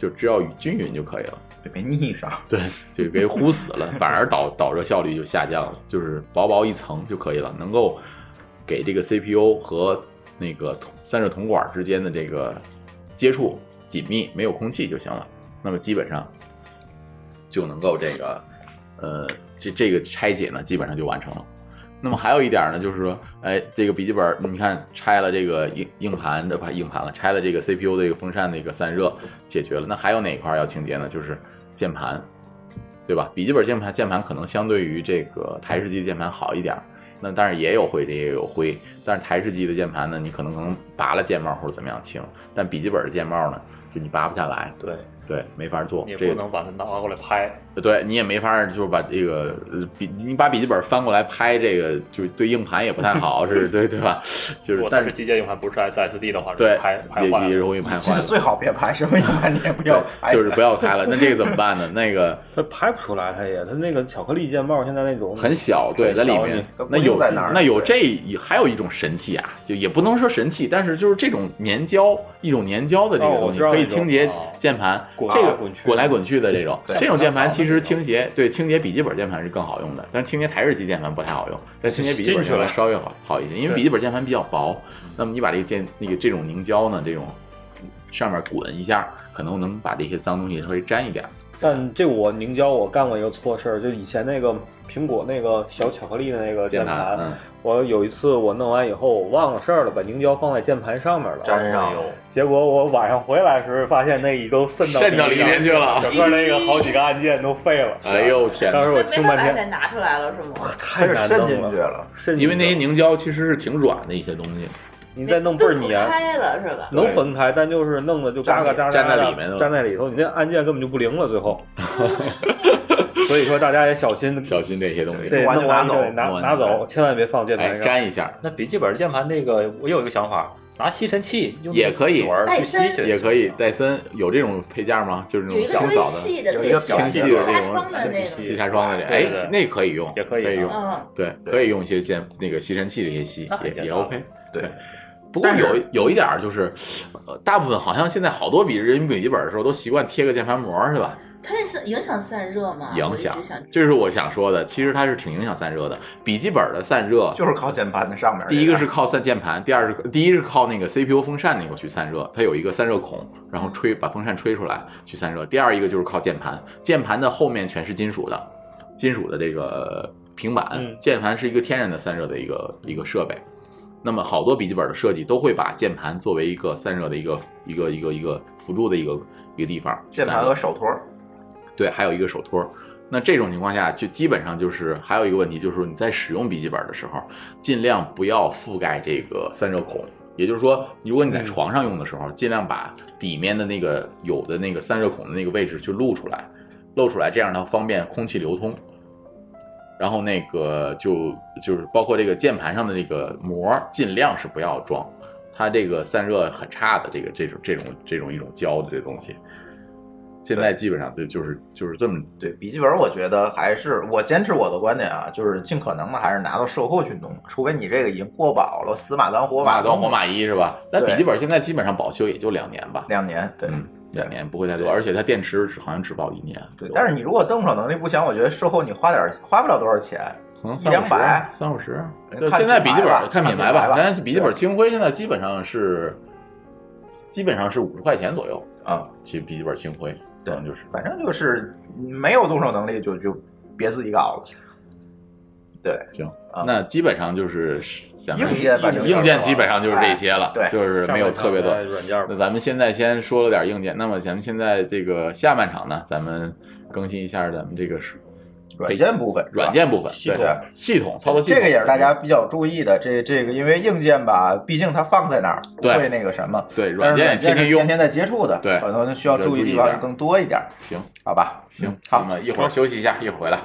就只要均匀就可以了， 别腻上， 对，就给糊死了，反而导导热效率就下降了，就是薄薄一层就可以了，能够给这个 C P U 和那个散热铜管之间的这个接触紧密，没有空气就行了。那么基本上就能够这个呃这这个拆解呢，基本上就完成了。那么还有一点呢，就是说，哎，这个笔记本，你看拆了这个硬硬盘，这不硬盘了，拆了这个 C P U 的这个风扇的一个散热解决了。那还有哪一块要清洁呢？就是键盘，对吧？笔记本键盘键盘可能相对于这个台式机的键盘好一点，那当然也有灰，这也有灰。但是台式机的键盘呢，你可能可能拔了键帽或者怎么样清，但笔记本的键帽呢，就你拔不下来。 对。 对，没法做， 你也不能把它拿过来拍。 对，你也没法就是把这个笔，你把笔记本翻过来拍，这个就对硬盘也不太好，是对对吧？就是， 但是机械硬盘不是 S S D 的话， 对， 拍拍坏也容易拍坏。 最好别拍，什么硬盘你也不要拍， 就是不要拍了。那这个怎么办呢？那个它拍不出来，它也，它那个巧克力键帽现在那种很小，对，在里面。那有那有这还有一种神器啊，就也不能说神器，但是就是这种粘胶，一种粘胶的这个东西可以清洁键盘，这个滚来滚去的这种，这种键盘其实清洁对清洁笔记本键盘是更好用的，但是清洁台式机键盘不太好用，但清洁笔记本键盘稍微好好一些，因为笔记本键盘比较薄，那么你把这个键那个这种凝胶呢，这种上面滚一下，可能能把这些脏东西稍微沾一点。 但这我凝胶我干过一个错事儿，就以前那个苹果那个小巧克力的那个键盘，嗯、我有一次我弄完以后我忘了事儿了，把凝胶放在键盘上面了， 粘上， 结果我晚上回来时发现那已都渗到渗到里面去了， 整个那个好几个按键都废了。 哎呦天！ 当时我清半天再拿出来了是吗？ 太难渗进去了， 因为那些凝胶其实是挺软的一些东西。 你再弄倍儿黏， 开了是吧？ 能分开，但就是弄的就嘎嘎扎扎粘在里面了， 粘在里头，你那按键根本就不灵了，最后。所以说大家也小心小心这些东西， 对，弄完就拿拿走，千万别放键盘上， 粘一下。 那笔记本键盘那个，我有一个想法，拿吸尘器用也可以， 去吸去， 也可以。戴森有这种配件吗？就是那种清扫的， 有一个清晰的这种吸纱窗的这，哎，那可以用， 也可以用，对，可以用一些键那个吸尘器这些吸，也也 OK， 对。不过有有一点就是，呃，大部分好像现在好多笔人民笔记本的时候都习惯贴个键盘膜，是吧？ 它那是影响散热吗？ 影响，这是我想说的。其实它是挺影响散热的。笔记本的散热就是靠键盘的上面。 第一个是靠散键盘，第二是第一是靠那个 C P U 风扇那个去散热，它有一个散热孔，然后吹把风扇吹出来去散热。第二一个就是靠键盘，键盘的后面全是金属的，金属的这个平板， 嗯、 键盘是一个天然的散热的一个一个设备。那么好多笔记本的设计都会把键盘作为一个散热的一个一个一个一个辅助的一个一个地方， 键盘和手托， 对，还有一个手托。那这种情况下，就基本上就是还有一个问题，就是说你在使用笔记本的时候，尽量不要覆盖这个散热孔。也就是说，如果你在床上用的时候，尽量把底面的那个有的那个散热孔的那个位置去露出来，露出来，这样它方便空气流通。然后那个就就是包括这个键盘上的这个膜，尽量是不要装，它这个散热很差的这个这种这种这种一种胶的这个东西，现在基本上对就是就是这么对笔记本，我觉得还是我坚持我的观点啊，就是尽可能的还是拿到售后去弄，除非你这个已经过保了，死马当活马当活马医是吧？但笔记本现在基本上保修也就两年吧， 两年对。 嗯两年不会太多，而且它电池好像只保一年。 对，但是你如果动手能力不强，我觉得售后你花点花不了多少钱， 可能一两百、 三五十。就现在笔记本看品牌吧，但是笔记本清灰现在基本上是基本上是五十块钱左右啊。其实笔记本清灰， 对， 就是反正就是没有动手能力就就别自己搞了。对， 行，那基本上就是硬件，反正硬件基本上就是这些了， 对， 就是没有特别多软件。 那咱们现在先说了点硬件，那么咱们现在这个下半场呢，咱们更新一下咱们这个软件部分， 软件部分，对，系统操作系统， 这个也是大家比较注意的。这这个因为硬件吧，毕竟它放在那儿，不会那个什么， 对，软件天天用， 天天在接触的， 对， 可能需要注意的地方更多一点。 行， 好吧， 行，好，那么一会儿休息一下，一会儿回来。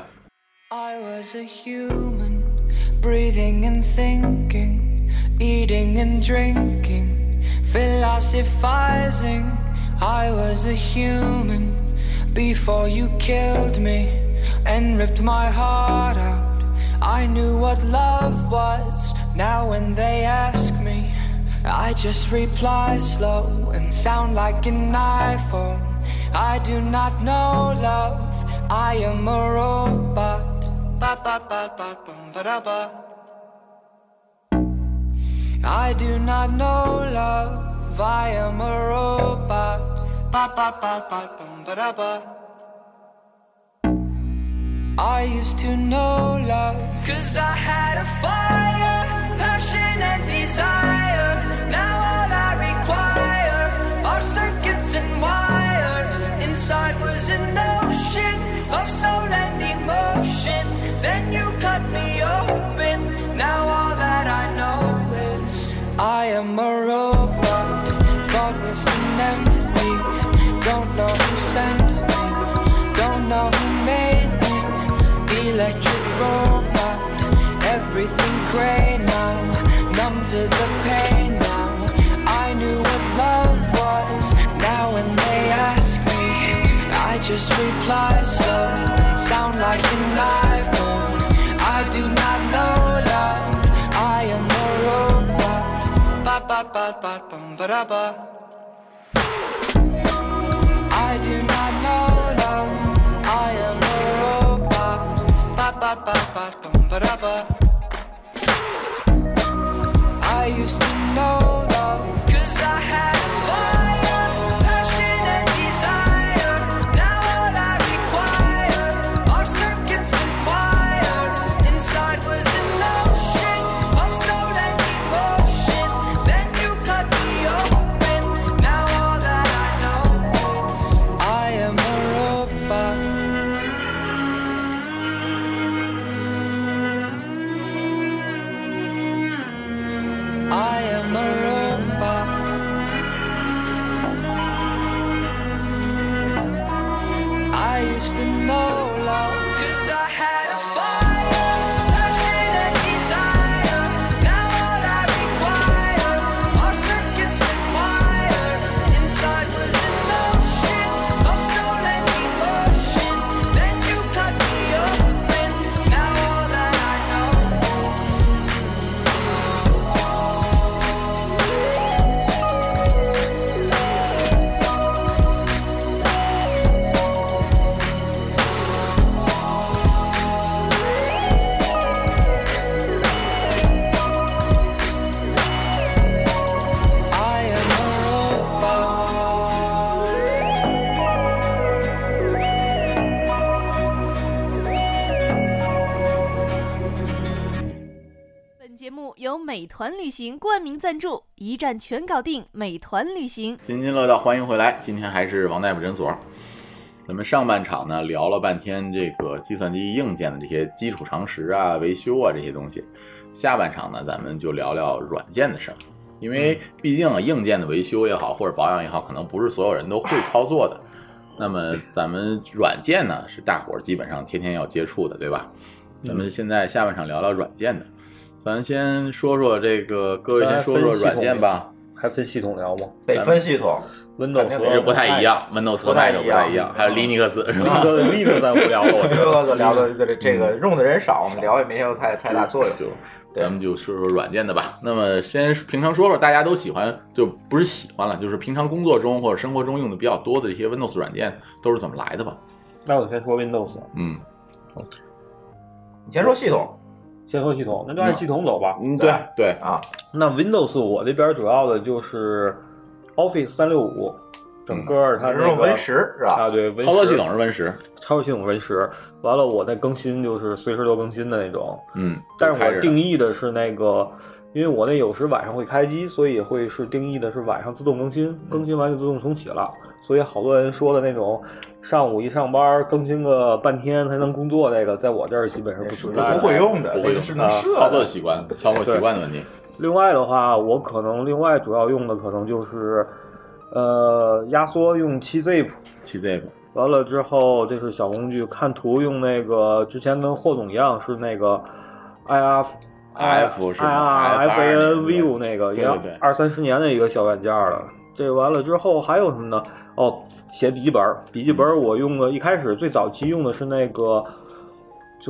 I was a human, breathing and thinking, eating and drinking, philosophizing. I was a human before you killed me and ripped my heart out. I knew what love was. Now when they ask me, I just reply slow and sound like an iPhone. I do not know love, I am a robot. Ba ba ba ba bum ba da ba. I do not know love, I am a robot. Ba ba ba ba bum ba da ba. I used to know love, cause I had a fire, passion and desire. Now all I require are circuits and wires. Inside was an ocean of soul and emotion. Then you cut me open, now all that I know is I am a robot, thoughtless and empty. Don't know who sent me, don't know who made me. Electric robot, everything's grey now, numb to the pain now. I knew what love was, now when they ask me, I just reply slow, sound like an iPhone. I do not know love, I am a robot. Ba ba ba ba bum ba da ba. I do not know love, I am a robot. Ba ba ba ba bum ba da ba. I used to know love, cause I had fire, passion and desire. Now all I require are circuits and wires. Inside was an ocean of soul and emotion. Then you cut me open, now all that I know is I am a robot. I am a robot. I used to know love, cause I had a fire, passion and desire. Now all I require are circuits and wires. Inside was an ocean of soul and emotion. Then you cut me open, now all that I know I am a robot. 本节目由美团旅行冠名赞助，一站全搞定，美团旅行。 津津乐道，欢迎回来。今天还是王大夫诊所。咱们上半场呢聊了半天这个计算机硬件的这些基础常识啊、维修啊这些东西。下半场呢，咱们就聊聊软件的事儿。因为毕竟啊，硬件的维修也好，或者保养也好，可能不是所有人都会操作的。那么咱们软件呢，是大伙儿基本上天天要接触的，对吧？咱们现在下半场聊聊软件的。咱先说说这个，各位先说说软件吧。 还分系统聊吗？ 得分系统 ，Windows 是不太一样 ，Windows 和 Mac 不太一样，还有 Linux 是吧 ？Linux 咱不聊了，我这个聊的这这个用的人少，我们聊也没有太太大作用。 就咱们就说说软件的吧。那么先平常说说大家都喜欢，就不是喜欢了，就是平常工作中或者生活中用的比较多的这些 Windows 软件都是怎么来的吧？ 那我先说 Windows。 嗯， 你先说系统。 先说系统，那就按系统走吧。 嗯，对对啊。 那 Windows 我这边主要的就是 Office 三六五，整个它那个 Win 十是吧？ 啊，对， 操作系统是 Win 十， 操作系统 Win 十。完了，我在更新就是随时都更新的那种。 嗯， 但是我定义的是那个，因为我那有时晚上会开机，所以会是定义的是晚上自动更新，更新完就自动重启了。所以好多人说的那种上午一上班更新个半天才能工作，那个在我这儿基本上不存在， 不会用的， 不会用是啊，操作习惯、操作习惯的问题。 另外的话，我可能另外主要用的可能就是呃压缩用七 zip， 七 zip。 完了之后，这是小工具，看图用那个之前跟霍总一样是那个 I R I F 是 I R F A N View 那个，也二三十年的一个小软件了。这完了之后还有什么呢？哦，写笔记本，笔记本我用的一开始最早期用的是那个，就是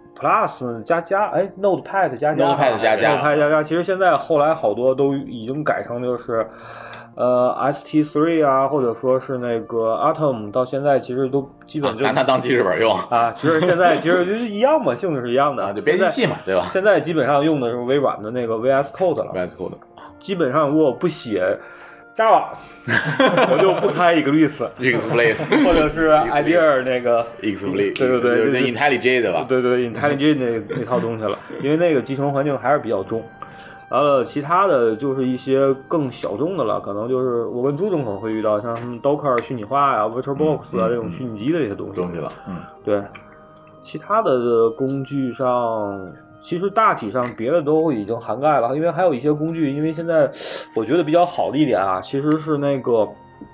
Plus 加加，哎 ，Notepad 加加 ，Notepad 加加 ，Notepad 加加。其实现在后来好多都已经改成就是。 呃 S T 三 啊，或者说是那个 Atom， 到现在其实都基本就、 啊、拿它当记事本用啊，其实现在其实就是一样嘛，性质是一样的， 啊、就编辑器嘛，对吧？ 现在基本上用的是微软的那个 V S Code 了 ，V S Code， 基本上如果不写 Java， 我就不开 Eclipse，Eclipse， 或者是 Idea 那个 Eclipse， 对对对， 就是那 IntelliJ 对吧？ 对对 ，IntelliJ 那那套东西了，因为那个集成环境还是比较重。完了，其他的就是一些更小众的了，可能就是我跟朱总可能会遇到，像什么 Docker 虚拟化呀、VirtualBox 啊、嗯、这种虚拟机的这些东西。 东西了，嗯， 对。其他的工具上，其实大体上别的都已经涵盖了，因为还有一些工具，因为现在我觉得比较好的一点啊，其实是那个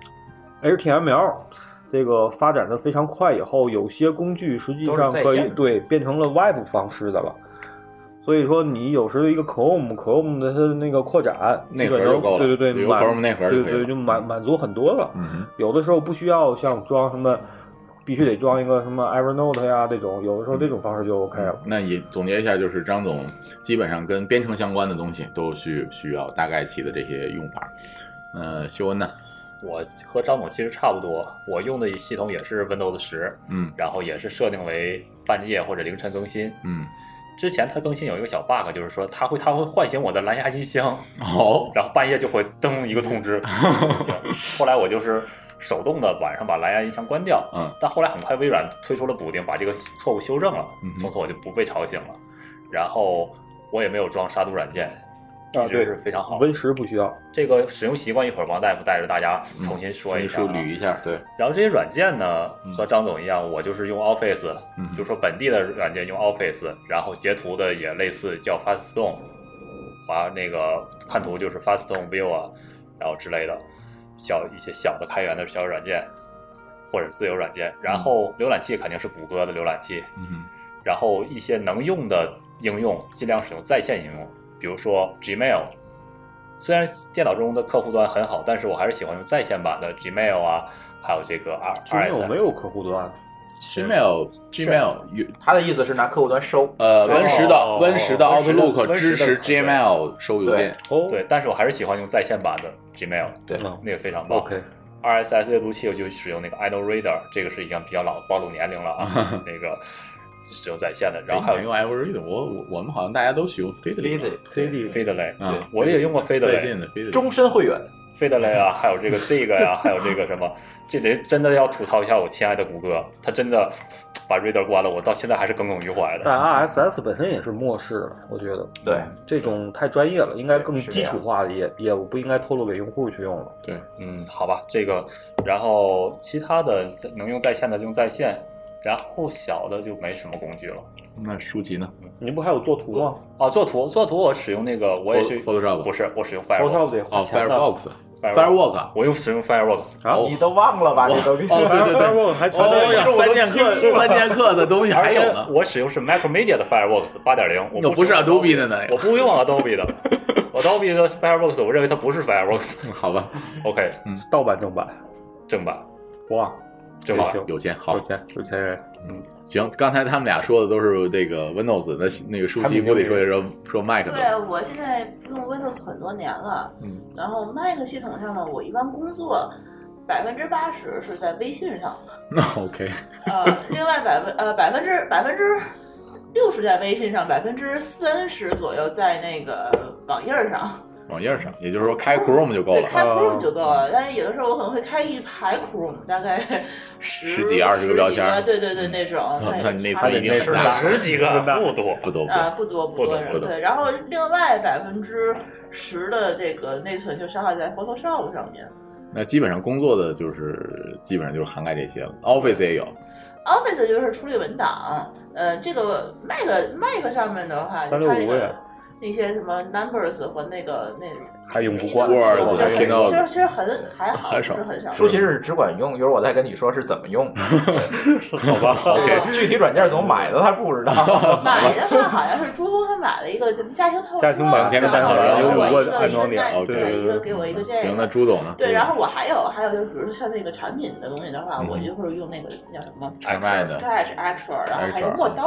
H T M L 这个发展的非常快以后，有些工具实际上可以对变成了 Web 方式的了。所以说，你有时候一个 Chrome Chrome 的它那个扩展， 内核就够了， 对对对， 有 Chrome 内核对对对，就满满足很多了。 嗯， 有的时候不需要像装什么，必须得装一个什么 Evernote 呀这种，有的时候这种方式就 OK 了。 嗯、那也总结一下，就是张总基本上跟编程相关的东西都需需要大概齐的这些用法。呃，修恩呢？ 我和张总其实差不多，我用的系统也是 Windows 十， 嗯， 然后也是设定为半夜或者凌晨更新， 嗯。 之前它更新有一个小 bug， 就是说它会它会唤醒我的蓝牙音箱， 哦， 然后半夜就会噔一个通知。后来我就是手动的晚上把蓝牙音箱关掉， 嗯， 但后来很快微软推出了补丁，把这个错误修正了， 嗯， 从此我就不被吵醒了。然后我也没有装杀毒软件。 啊，对， 是非常好。 Win 十不需要。 这个使用习惯，一会儿王大夫带着大家重新说一下、啊， 嗯、捋一下。对。 然后这些软件呢，和张总一样，我就是用 Office，、 嗯、 就是说本地的软件用 Office， 然后截图的也类似叫 Faststone， 划那个看图就是 Faststone View 啊，然后之类的小一些小的开源的小软件或者自由软件。然后浏览器肯定是谷歌的浏览器， 嗯， 然后一些能用的应用尽量使用在线应用。比如说 Gmail， 虽然电脑中的客户端很好，但是我还是喜欢用在线版的 Gmail 啊，还有这个 R S M。 没有客户端 ，Gmail Gmail 他的意思是拿客户端收。 呃 ，Win 十的 Win 十的 Outlook 支持 Gmail 收邮件。 对，对，但是我还是喜欢用在线版的 Gmail， 对， 那个非常棒。 OK。 R S S 阅读器我就使用那个 iNoReader， 这个是已经比较老，暴露年龄了啊。那个。使用在线的，然后还有用 iRead， 我我我们好像大家都使用 Feedly， Feedly Feedly， 对， 我也用过 Feedly， 在线的 Feedly， 终身会员 Feedly 啊，还有这个 Dig 呀，还有这个什么，这得真的要吐槽一下我亲爱的谷歌，他真的把 Reader 关了，我到现在还是耿耿于怀的。 但 R S S 本身也是漠视了，我觉得， 对， 这种太专业了，应该更基础化的业业务不应该透露给用户去用了。 对， 嗯，好吧，这个，然后其他的能用在线的用在线。然后小的就没什么工具了。 那舒淇呢？ 你不还有做图吗？ 哦，做图，做图我使用那个，我也是 Photoshop， 不是，我使用 Fireworks。 哦 ，Fireworks，Fireworks， 我用使用 Fireworks。 啊，你都忘了吧？你都哦，对对对 ，Fireworks 还传哦，三剑客，三剑客的东西还有呢。 我使用是 Macromedia 的 Fireworks 八点零，我不是 Adobe 的呢， 我不用 Adobe 的。Adobe 的 Fireworks， 我认为它不是 Fireworks。 好吧 ，OK， 嗯，盗版正版， 正版， 哇。 正版有钱，好有钱，有钱人。 嗯，行，刚才他们俩说的都是这个 Windows， 那那个舒淇不得说一说说 Mac 的。 对，我现在用 Windows 很多年了， 嗯， 然后 Mac 系统上呢，我一般工作百分之八十是在微信上的。 那 OK。 呃，另外百分呃百分之百分之六十在微信上，百分之三十左右在那个网页上。 网页上，也就是说开 Chrome 就够了。 对，开 Chrome 就够了。但是有的时候我可能会开一排 Chrome， 大概十十几二十个标签。 对对对，那种。 那你内存一定很大。 十几个，不多不多啊，不多不多。对，然后另外百分之十的这个内存就消耗在 Photoshop 上面。 那基本上工作的就是基本上就是涵盖这些了。Office 也有。 Office 就是处理文档，呃，这个 Mac Mac 上面的话， 三六五呀。 那些什么 Numbers 和那个那还用不惯 ，Word 其实其实很还好， 很少很少。 舒淇是只管用，一会儿我再跟你说是怎么用。 好吧 ，OK， 具体软件怎么买的他不知道。 买的话好像是朱峰他买了一个什么家庭套家庭版， 家庭版然后有我一个安装点， 对，一个给我一个这个。 行，那朱总呢？ 对，然后我还有还有就是比如说像那个产品的东西的话，我就会用那个叫什么 Sketch Actual， 然后还有陌刀。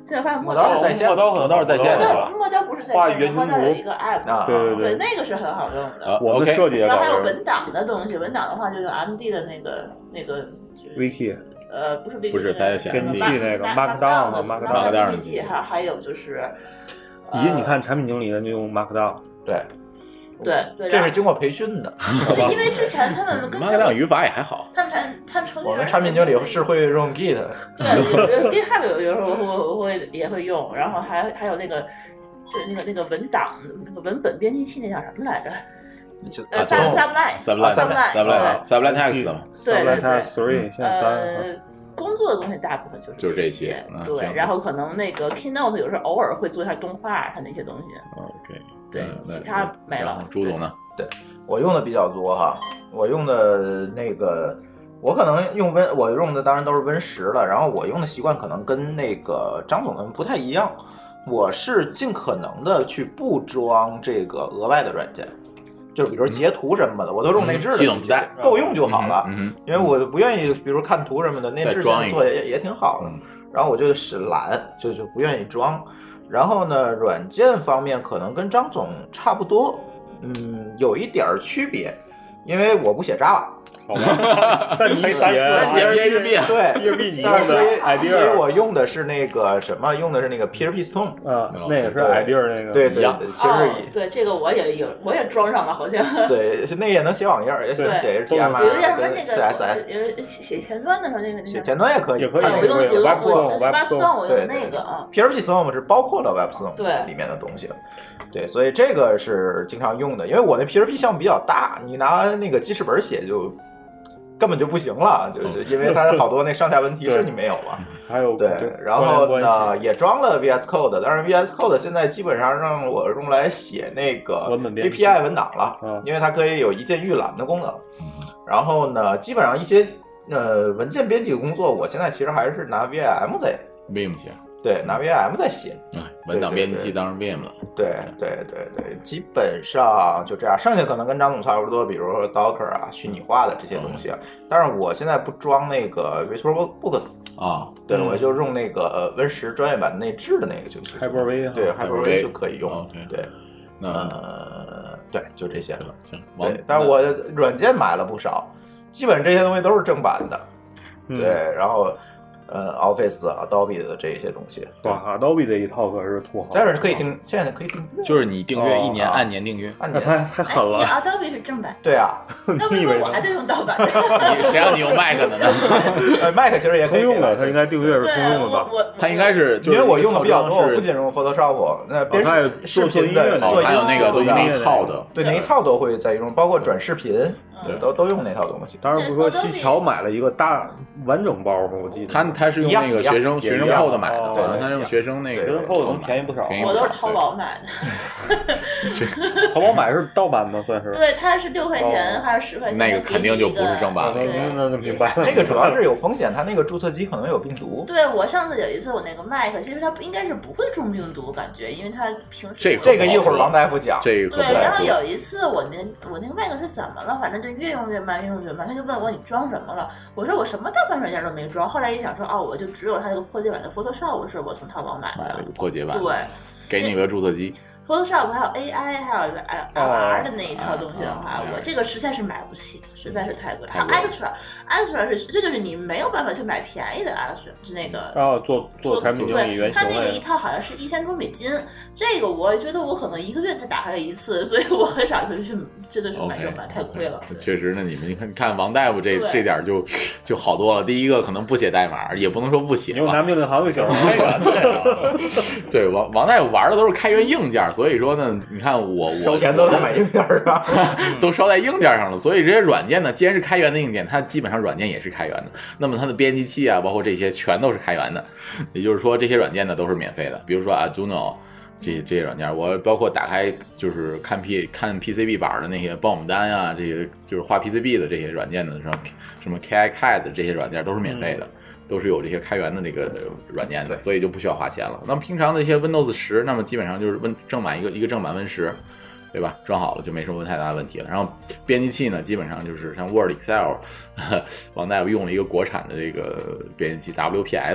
现在发现磨刀是在线， 磨刀磨刀是在线的， 磨刀不是在线，磨刀有一个 app， 啊， 对对对，那个是很好用的。 我们设计也搞。 然后还有文档的东西，文档的话就是 M D 的那个那个 Wiki。 呃，不是 Wiki， 不是它写编辑器那个 Markdown 嘛 ，Markdown 编辑器，还还有就是， 咦，你看产品经理人就用 Markdown， 对， 对对， 这是经过培训的， 因为之前他们跟 Markdown 语法也还好， 他们产他们程序员， 我们产品经理是会用 Git， 对 ，GitHub 有有时候会会也会用，然后还还有那个对那个那个文档那个文本编辑器那叫什么来着？呃 ，Sublime Sublime Sublime Text 的嘛， 对对对 ，Three 现在三。 工作的东西大部分就是就是这些，对，然后可能那个 Keynote 有时候偶尔会做一下动画，它那些东西。 OK， 对，其他没了。 朱总呢？ 对，我用的比较多哈，我用的那个，我可能用 Win， 我用的当然都是 Win 十了，然后我用的习惯可能跟那个张总他们不太一样，我是尽可能的去不装这个额外的软件。就比如截图什么的，我都用内置的， 系统自带够用就好了。 嗯， 因为我不愿意，比如看图什么的，内置做也也挺好的。然后我就是懒，就就不愿意装。然后呢，软件方面可能跟张总差不多，嗯，有一点区别，因为我不写 Java。 好吧，但你写但写 P H P， 对 ，P H P 你用的 idea， 所以我用的是那个什么，用的是那个 P H P Storm， 啊，那个是 idea 那个， 对对对，其实对这个我也有，我也装上了，好像。 对，那也能写网页，也写写 H T M L 跟 C S S， 呃，写前端的时候那个写前端也可以， 也可以， 我用有 WebStorm，我用那个啊 ，P H P Storm 是包括了 WebStorm 对里面的东西。对，所以这个是经常用的，因为我那 P H P 项目比较大，你拿那个记事本写就。根本就不行了，就是因为它好多那上下文提示你没有了。 还有对，然后呢也装了 V S Code， 但是 V S Code 现在基本上让我用来写那个 A P I 文档了， 嗯、 因为它可以有一键预览的功能。然后呢，基本上一些呃文件编辑工作，我现在其实还是拿 V I M 在 Vim 写。 对，拿 V I M 在写， 啊，文档编辑器当然 Vim 了。 对对对对，基本上就这样。剩下可能跟张总差不多，比如说 Docker 啊、虚拟化的这些东西啊。但是我现在不装那个 VirtualBox 啊， 对，我就用那个 Win 十专业版内置的那个就行。 Hyper-V 对 Hyper-V 就可以用。对， 那呃，对，就这些了。 行， 对，但是我软件买了不少，基本这些东西都是正版的。对，然后。呃 ，Office、Adobe 的这些东西， 哇 ，Adobe 这一套可是土豪。 但是可以订，现在可以订阅， 就是你订阅一年，按年订阅， 按年太太狠了。 Adobe 是正版， 对啊， 那为什么我还在用盗版的？ 谁让你用 Mac 的呢？ 呃，Mac 其实也通用的，它应该订阅是通用的吧？ 它应该是， 因为我用的比较多，我不仅用 Photoshop， 那编视频的做还有那个那一套的， 对那一套都会在用，包括转视频。对，都都用那套东西。 当然不说，西桥买了一个大完整包吗？我记得他他是用那个学生学生扣的买的，对，他用学生那个学生扣的能便宜不少。 我都是淘宝买的。 淘宝买是盗版吗？算是？ 对，它是六块钱还是十块钱？ 那个肯定就不是正版了。 那那明白了。 那个主要是有风险，它那个注册机可能有病毒。 对，我上次有一次我那个 Mac， 其实它应该是不会中病毒，感觉，因为它平时这这个一会儿王大夫讲。 这个对，然后有一次我那我那个 Mac 是怎么了？反正就越用越慢，越用越慢。他就问我你装什么了？我说我什么盗版软件都没装。后来一想说，哦，我就只有它那个破解版的 Photoshop 是我从淘宝买的， 买了个破解版， 对， 给你个注册机。 Photoshop 还有 A I 还有 L R 的那一套东西的话，我这个实在是买不起，实在是太贵。还有 Extra，Extra 是这就是你没有办法去买便宜的 Extra， 是那个哦，做做产品经理原型。 它那个一套好像是一千多美金，这个我觉得我可能一个月才打开一次，所以我很少就去真的是买正版，太亏了。 确实，那你们你看，你看王大夫这这点就就好多了。第一个可能不写代码，也不能说不写， 你就拿命令行就行了。 对，王王大夫玩的都是开源硬件。所以说呢，你看我我烧钱都在买硬件上， 都烧在硬件上了。所以这些软件呢，既然是开源的硬件，它基本上软件也是开源的。那么它的编辑器啊，包括这些全都是开源的。也就是说，这些软件呢都是免费的。比如说啊 Juno 这这些软件，我包括打开就是看 P 看 P C B 板的那些报姆单啊，这些就是画 P C B 的这些软件的，什么什么 K I C A D 这些软件都是免费的。嗯，都是有这些开源的这个软件的，所以就不需要花钱了。那么平常的一些 Windows 十，那么基本上就是问正版一个一个正版 Win 十，对吧？装好了就没什么太大的问题了。然后编辑器呢，基本上就是像 Word、Excel， 王大夫用了一个国产的这个编辑器 W P S，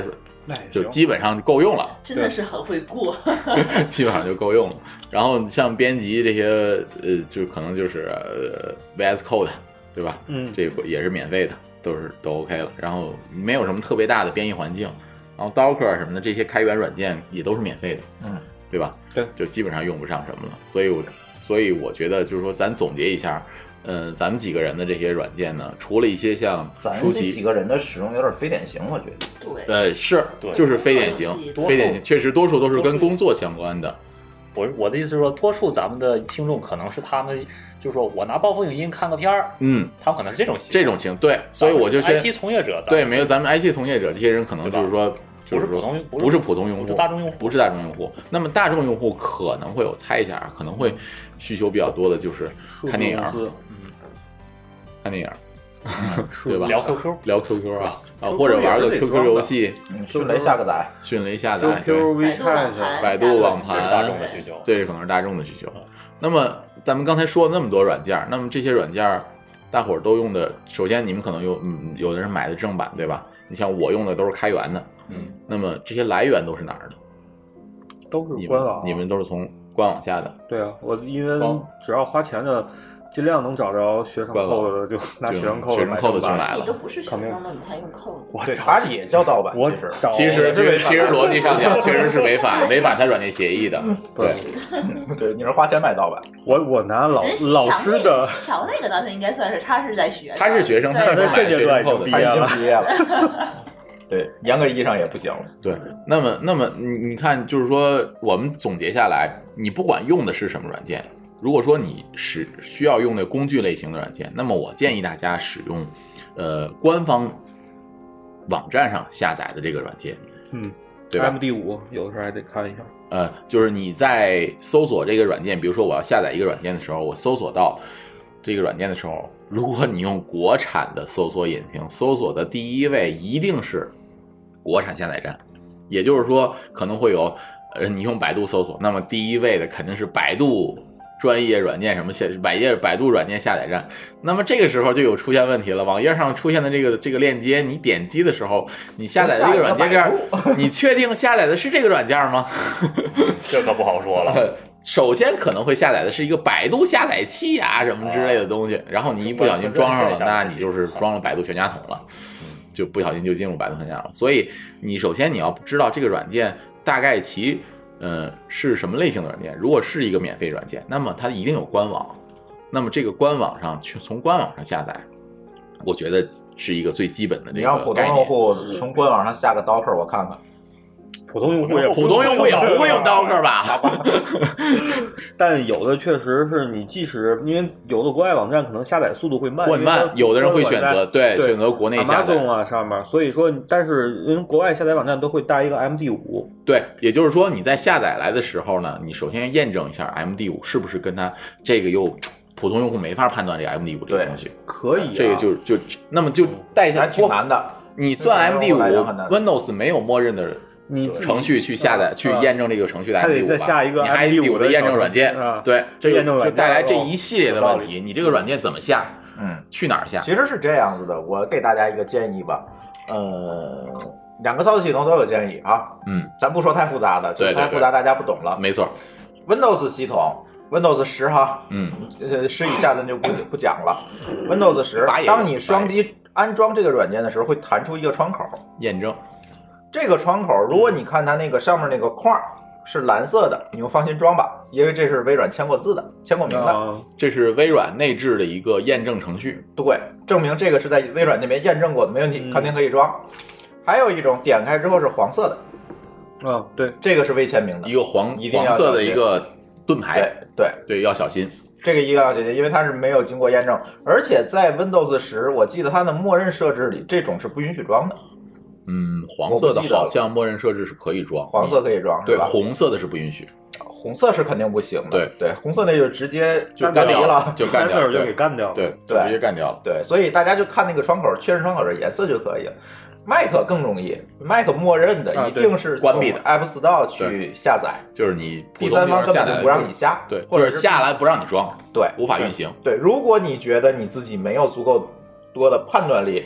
就基本上够用了。 真的是很会过， 基本上就够用了。然后像编辑这些，呃，就可能就是呃 V S Code， 对吧？ 嗯， 这个也是免费的，都是都 OK 了。然后没有什么特别大的编译环境，然后 Docker 什么的这些开源软件也都是免费的， 嗯， 对吧？ 对， 就基本上用不上什么了。所以我，所以我觉得就是说，咱总结一下。嗯，咱们几个人的这些软件呢，除了一些像咱这几个人的使用有点非典型，我觉得。 对， 呃，是，就是非典型，非典型，确实多数都是跟工作相关的。 我我的意思是说，多数咱们的听众可能是他们，就是说我拿暴风影音看个片儿， 嗯， 他们可能是这种这种情，对，所以我就觉得 I T 从业者， 对，没有咱们 I T 从业者这些人，可能就是说。 不是普通， 不是普通用户， 不是大众用户， 不是大众用户。那么大众用户可能会有猜一下，可能会需求比较多的就是看电影， 嗯， 看电影，对吧？ 聊 Q Q， 聊 Q Q 啊啊，或者玩个 Q Q 游戏， 迅雷下个载， 迅雷下载，对， 百度网盘， 这是大众的需求， 这可能是大众的需求。那么咱们刚才说了那么多软件，那么这些软件大伙儿都用的，首先你们可能有，嗯，有的人买的正版，对吧？你像我用的都是开源的。嗯，那么这些来源都是哪儿的？ 都是官网， 你们都是从官网下的。 对啊，我因为只要花钱的，尽量能找着学生扣的就拿学生扣的， 学生扣的就买了。 你都不是学生了，你还用扣？ 我它也叫盗版。 我其实其实其实逻辑上讲，确实是违反违反它软件协议的。对对，你是花钱买盗版。 我我拿老老师的， 乔那个当时应该算是他是在学， 他是学生，他是买学生扣的， 他已经毕业了。对，严格意义上也不行了。 对，那么，那么你你看，就是说，我们总结下来，你不管用的是什么软件，如果说你是需要用的工具类型的软件，那么我建议大家使用，呃，官方网站上下载的这个软件， 嗯， 对吧 ？M D 五有的时候还得看一下。 呃，就是你在搜索这个软件，比如说我要下载一个软件的时候，我搜索到这个软件的时候，如果你用国产的搜索引擎，搜索的第一位一定是国产下载站，也就是说可能会有，呃，你用百度搜索，那么第一位的肯定是百度专业软件什么下百页百度软件下载站，那么这个时候就有出现问题了，网页上出现的这个这个链接，你点击的时候，你下载的这个软件这儿，你确定下载的是这个软件吗？ 这可不好说了。 首先可能会下载的是一个百度下载器啊什么之类的东西，然后你一不小心装上了，那你就是装了百度全家桶了，就不小心就进入百度全家了。所以你首先你要知道这个软件大概其呃是什么类型的软件。如果是一个免费软件，那么它一定有官网，那么这个官网上去从官网上下载，我觉得是一个最基本的这个概念。 你让普通用户从官网上下个 Docker 我看看。 普通用户也普通用户也不会用 Docker 吧？ 但有的确实是你即使因为有的国外网站可能下载速度会慢， 会慢，有的人会选择对选择国内下载 Amazon 啊上面，所以说但是因为国外下载网站都会带一个 M D 五， 对，也就是说你在下载来的时候呢，你首先验证一下 M D 五是不是跟它这个又普通用户没法判断这个 M D 五这个东西， 可以、啊， 这个就就那么就带一下挺难的， 你算 M D 五 Windows 没有默认的。 你程序去下载、去验证这个程序的 M D 五吧， 再下一个 M D 五的验证软件，对，这验证就带来这一系列的问题。你这个软件怎么下？ 嗯， 去哪儿下？ 其实是这样子的，我给大家一个建议吧，呃，两个操作系统都有建议啊， 嗯， 咱不说太复杂的， 对， 太复杂大家不懂了。 没错 ，Windows 系统 ，Windows 十哈， 嗯， 呃，十以下的就不不讲了。Windows 十，当你双击安装这个软件的时候，会弹出一个窗口验证。 这个窗口，如果你看它那个上面那个框是蓝色的，你就放心装吧，因为这是微软签过字的、签过名的、 哦。这是微软内置的一个验证程序， 对，证明这个是在微软那边验证过的，没问题，嗯、肯定可以装。还有一种，点开之后是黄色的， 啊、哦，对， 这个是微签名的， 一个黄黄色的一个盾牌， 对对对，要小心。 这个一个要小心，因为它是没有经过验证，而且在 Windows 十，我记得它的默认设置里，这种是不允许装的。 嗯，黄色的好像默认设置是可以装， 黄色可以装， 对，红色的是不允许， 红色是肯定不行的， 对对，红色那就直接就干掉了， 就干掉了， 就给干掉了， 对对， 直接干掉了， 对，所以大家就看那个窗口，确认窗口的颜色就可以了。Mac 更容易 ，Mac 默认的一定是关闭的 App Store 去下载， 就是你第三方根本就不让你下， 对， 或者是下来不让你装， 对， 无法运行。 对，如果你觉得你自己没有足够多的判断力，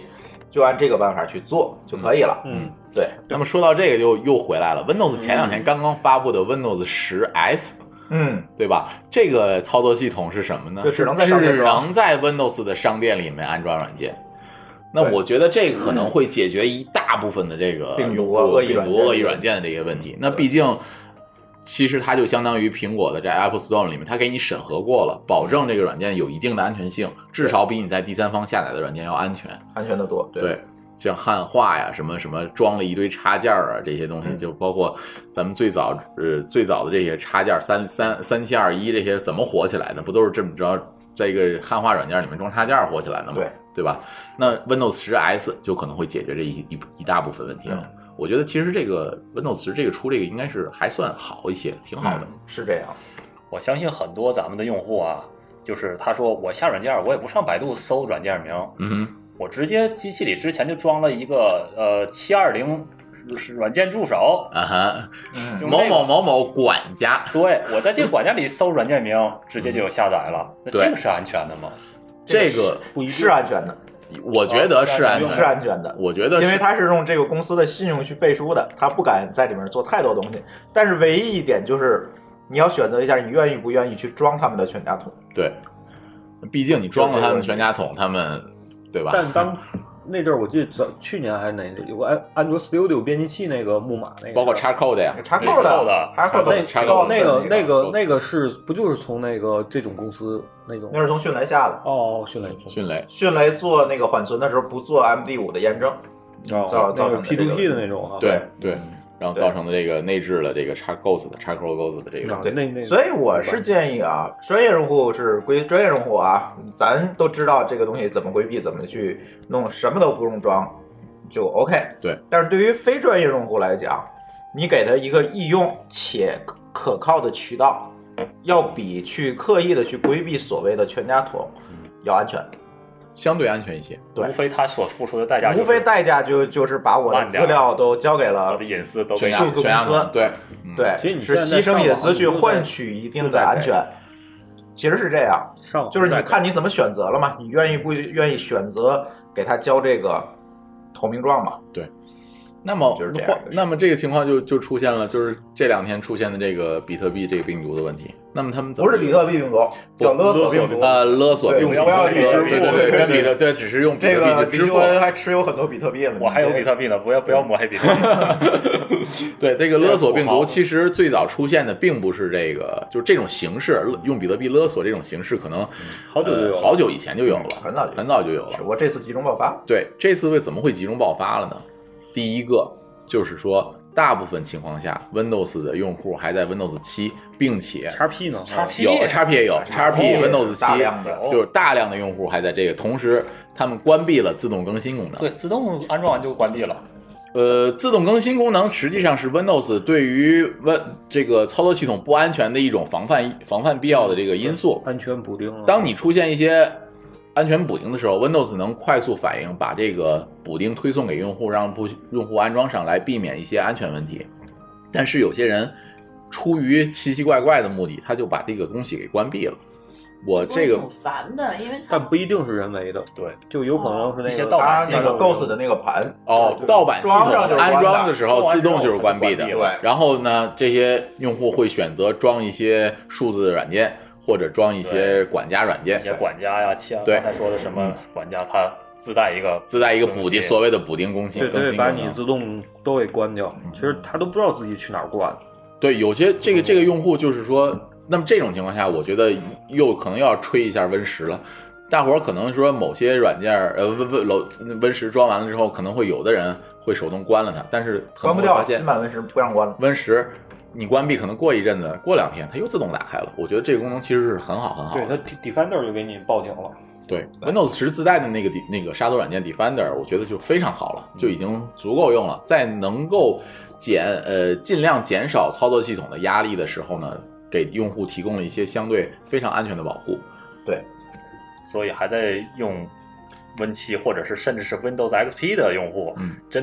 就按这个办法去做就可以了。 嗯， 对。 那么说到这个就又回来了 ，Windows 前两天刚刚发布的 Windows 十 S， 嗯， 对吧？这个操作系统是什么呢？ 就只能在商店只能在 Windows 的商店里面安装软件。那我觉得这个可能会解决一大部分的这个病毒恶意病毒恶意软件的这些问题。那毕竟，其实它就相当于苹果的在 Apple Store 里面，它给你审核过了，保证这个软件有一定的安全性，至少比你在第三方下载的软件要安全， 安全的多。对。 对，像汉化呀，什么什么装了一堆插件啊，这些东西，就包括咱们最早呃最早的这些插件三三三七二一这些怎么火起来的？不都是这么着，在一个汉化软件里面装插件火起来的吗？ 对， 对吧？那 Windows 十 S 就可能会解决这一一一大部分问题了。嗯，我觉得其实这个 Windows 十这个出这个应该是还算好一些，挺好的。 嗯，是这样， 我相信很多咱们的用户啊，就是他说我下软件，我也不上百度搜软件名， 嗯哼， 我直接机器里之前就装了一个呃七二零软件助手啊哈， 嗯， 某某某某管家， 对，我在这个管家里搜软件名，直接就有下载了。那这个是安全的吗？ 这个不一定是安全的。 我觉得是安全， 是安全的。 我觉得， 因为它是用这个公司的信用去背书的，他不敢在里面做太多东西。但是唯一一点就是，你要选择一下，你愿意不愿意去装他们的全家桶。 对，毕竟你装了他们全家桶，他们对吧？ 但当那阵儿我记得早去年还是哪有个安安卓 Studio 编辑器那个木马那个， 包括插扣的呀， 插扣的，插扣的， 那那个那个那个是不就是从那个这种公司那种？ 那是从迅雷下的。 哦，迅雷， 迅雷， 迅雷做那个缓存的时候不做 M D 五的验证， 造造成 P to P 的那种啊。 对对。然后造成的这个内置了这个插 Ghost 的插 Ghost 的这个， 对，所以我是建议啊，专业用户是归专业用户啊，咱都知道这个东西怎么规避，怎么去弄，什么都不用装，就 OK。 对， 但是对于非专业用户来讲，你给他一个易用且可靠的渠道，要比去刻意的去规避所谓的全家桶要安全。 相对安全一些， 对， 无非他所付出的代价， 无非代价就就是把我的资料都交给了我的隐私都给数字公司， 对对，是牺牲隐私去换取一定的安全，其实是这样，就是你看你怎么选择了嘛，你愿意不愿意选择给他交这个投名状嘛？ 对。那么， 就是这样那么这个情况就就出现了，就是这两天出现的这个比特币这个病毒的问题。那么他们怎么不是比特币病毒，叫勒索病毒。 呃，勒索病毒， 不要去支付， 对对对，跟比特对，只是用比特币去支付。 这个李修恩还持有很多比特币呢， 我还有比特币呢，不要不要抹黑比特币。 对，这个勒索病毒其实最早出现的并不是这个，就是这种形式，用比特币勒索这种形式，可能好久就有， 好久以前就有了， 很早很早就有了。 我这次集中爆发， 对，这次为怎么会集中爆发了呢？第一个就是说，大部分情况下 ，Windows 的用户还在 Windows 七，并且 X P 呢 ，X P 有 X P 也有 X P Windows 七，就是大量的用户还在这个，同时他们关闭了自动更新功能。 对，自动安装完就关闭了。 呃，自动更新功能实际上是 Windows 对于 Win 这个操作系统不安全的一种防范防范必要的这个因素。 安全补丁。 当你出现一些安全补丁的时候 ，Windows 能快速反应，把这个补丁推送给用户，让用户安装上来，避免一些安全问题。但是有些人出于奇奇怪怪的目的，他就把这个东西给关闭了。我这个挺烦的，因为它但不一定是人为的， 对， 就有可能是那些盗版那个 Ghost 的那个盘哦，盗版系统安装的时候自动就是关闭的。 对， 然后呢，这些用户会选择装一些数字软件。或者装一些管家软件， 一些管家呀，像对刚才说的什么管家，它自带一个自带一个补丁，所谓的补丁更新， 对对，把你自动都给关掉。其实他都不知道自己去哪儿关。 对，有些这个这个用户就是说，那么这种情况下，我觉得又可能要吹一下 Win 十了。大伙儿可能说某些软件，呃，Win Win 十装完了之后，可能会有的人会手动关了它，但是关不掉，新版 Win 十不让关了。 Win 十。你关闭可能过一阵子，过两天它又自动打开了。我觉得这个功能其实是很好很好的。 对，它 Defender 就给你报警了。 对 ，Windows 十自带的那个那个杀毒软件 Defender， 我觉得就非常好了，就已经足够用了。在能够减呃尽量减少操作系统的压力的时候呢，给用户提供了一些相对非常安全的保护。 对， 所以还在用 Win 七或者是甚至是 Windows X P 的用户， 嗯， 真的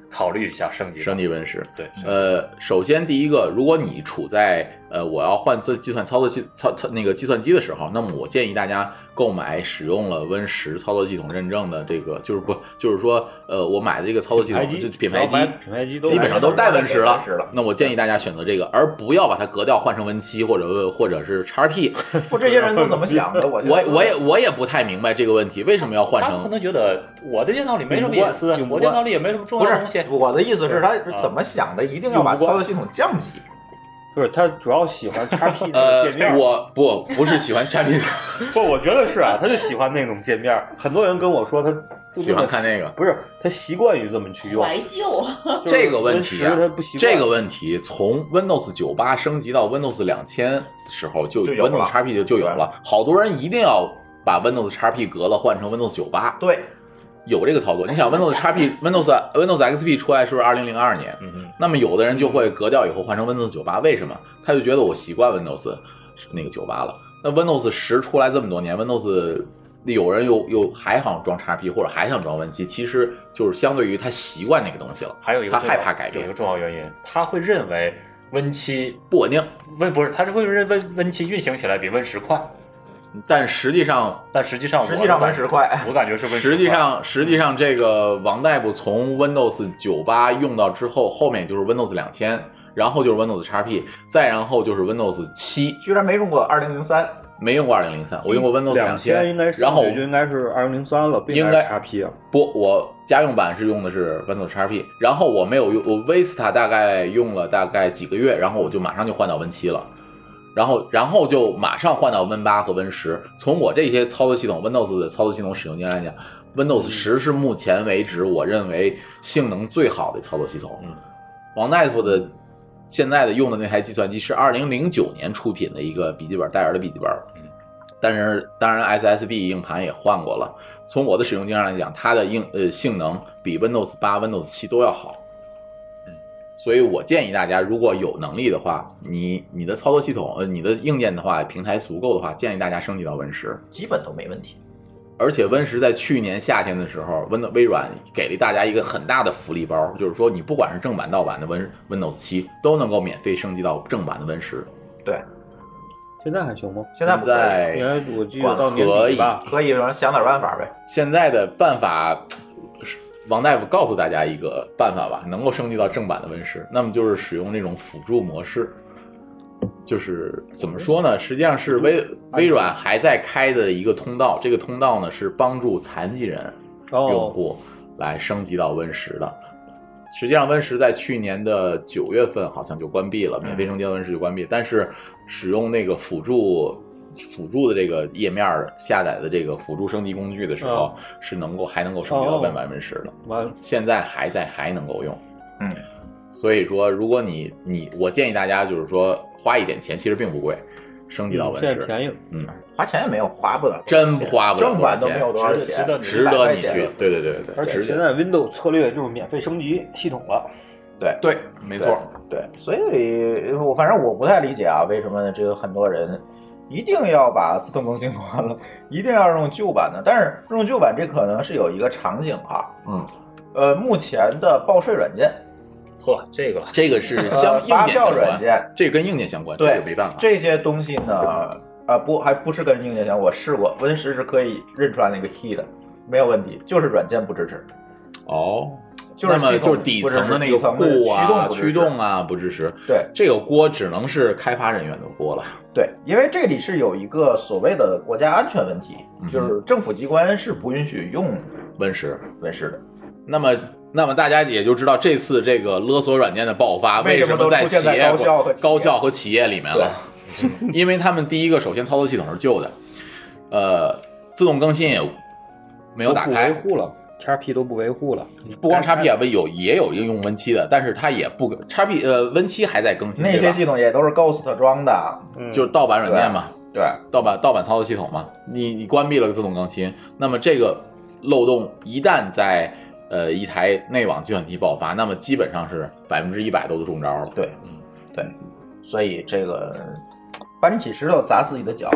考虑一下升级升级 Win 十。 对， 呃，首先第一个，如果你处在呃我要换自计算操作器操操那个计算机的时候，那么我建议大家购买使用了 Win 十操作系统认证的这个，就是不就是说呃我买的这个操作系统品牌机品牌机基本上都带 Win 十了，那我建议大家选择这个，而不要把它革掉换成 Win 七或者或者是 X P。 不，这些人都怎么想的？我我我也我也不太明白这个问题，为什么要换成？ 他可能觉得我的电脑里没什么隐私，我电脑里也没什么重要的东西。 我的意思是，他是怎么想的？一定要把操作系统降级。 不是，他主要喜欢 X P 那个界面。 呃、我不不是喜欢 X P， 不，我觉得是啊，他就喜欢那种界面。很多人跟我说他喜欢看那个， 不是他习惯于这么去用。 怀旧。 这个问题、啊， 他不习惯。 这个问题从 Windows 九八升级到 Windows 两千的时候就，就 Windows X P 就就有了。好多人一定要把 Windows X P 革了换成 Windows 九八。 对。 有这个操作，你想 Windows X P Windows Windows X P 出来是不是二零零二年？ 嗯嗯。 那么有的人就会革掉以后换成 Windows 九八，为什么？他就觉得我习惯 Windows 那个九八了。那 Windows 十出来这么多年 ，Windows 有人又又还想装 X P 或者还想装 Win 七，其实就是相对于他习惯那个东西了。 还有一个他害怕改变， 有一个重要原因，他会认为 Win 七不稳定。 Win 不是，他是会认为 Win 七运行起来比 Win 十快。 但实际上， 但实际上， 实际上 Win 十快， 我感觉是 Win 十快。 实际上，实际上这个王大夫从 Windows 九八用到之后，后面就是 Windows 两千，然后就是 Windows X P， 再然后就是 Windows 七。 居然没用过二零零三， 没用过二零零三，我用过 Windows 两千， 应该是然后就应该是二零零三了， 应该 X P 啊。 不，我家用版是用的是 Windows X P， 然后我没有用，我 Vista 大概用了大概几个月，然后我就马上就换到 Win 七了。然后，然后就马上换到 Win 八和 Win 十。从我这些操作系统 Windows 的操作系统使用经验来讲 ，Windows 十是目前为止我认为性能最好的操作系统。 嗯， 王大夫的现在的用的那台计算机是二零零九年出品的一个笔记本，戴尔的笔记本。 嗯， 但是当然 S S D 硬盘也换过了。从我的使用经验来讲，它的硬呃性能比 Windows 八、Windows 七都要好。所以我建议大家，如果有能力的话，你你的操作系统，呃，你的硬件的话，平台足够的话，建议大家升级到 Win 十， 基本都没问题。 而且 Win 十在去年夏天的时候，微微软给了大家一个很大的福利包，就是说你不管是正版盗版的 Win Windows 七，都能够免费升级到正版的 Win 十。 对， 现在还行吗？ 现在不在， 应该我记得到年底吧， 可以想点办法呗。 现在的办法。王大夫告诉大家一个办法吧，能够升级到正版的 Win 十，那么就是使用这种辅助模式。就是怎么说呢？实际上是微微软还在开的一个通道，这个通道呢是帮助残疾人用户来升级到 Win 十的。实际上 Win 十在去年的九月份好像就关闭了，免费升级到 Win 十就关闭，但是使用那个辅助。辅助的这个页面下载的这个辅助升级工具的时候，哦、是能够还能够升级到 Win 版 Win 十的， 完、哦、 现在还在还能够用， 嗯， 所以说如果你你我建议大家就是说花一点钱，其实并不贵，升级到 Win 十、嗯、 现在便宜， 嗯， 花钱也没有花不了， 真花不了， 正版都没有多少钱， 值得值得你去，对对对对， 而且现在 Windows 策略就是免费升级系统了。 对对，没错， 对，对所以我反正我不太理解啊，为什么这个很多人。一定要把自动更新关了，一定要用旧版的。但是用旧版这可能是有一个场景哈， 嗯， 呃，目前的报税软件， 呵，这个这个是相硬件相关， 软件这个跟硬件相关， 对， 这个没办法。 这些东西呢，啊、呃、不，还不是跟硬件相关。我试过 Win 十是可以认出来那个 key 的，没有问题，就是软件不支持。 哦。 就是那么就是底层的那个库啊、驱动啊不支持， 对， 这个锅只能是开发人员的锅了。 对，因为这里是有一个所谓的国家安全问题，嗯、就是政府机关是不允许用 Win 十 Win 十的。 那么，那么大家也就知道这次这个勒索软件的爆发为什么在企业、高校和企业里面了？因为他们第一个，首先操作系统是旧的，呃，自动更新也没有打开， 维护了。X P 都不维护了， 不光 X P 啊，有也有应用 Win 七的，但是它也不 X P 呃 Win 七还在更新， 那些系统也都是 Ghost 装的， 嗯、就是盗版软件嘛，对，对盗版盗版操作系统嘛，你你关闭了自动更新，那么这个漏洞一旦在呃一台内网计算机爆发，那么基本上是百分之一百都是中招了。 对，嗯，对，所以这个搬起石头砸自己的脚。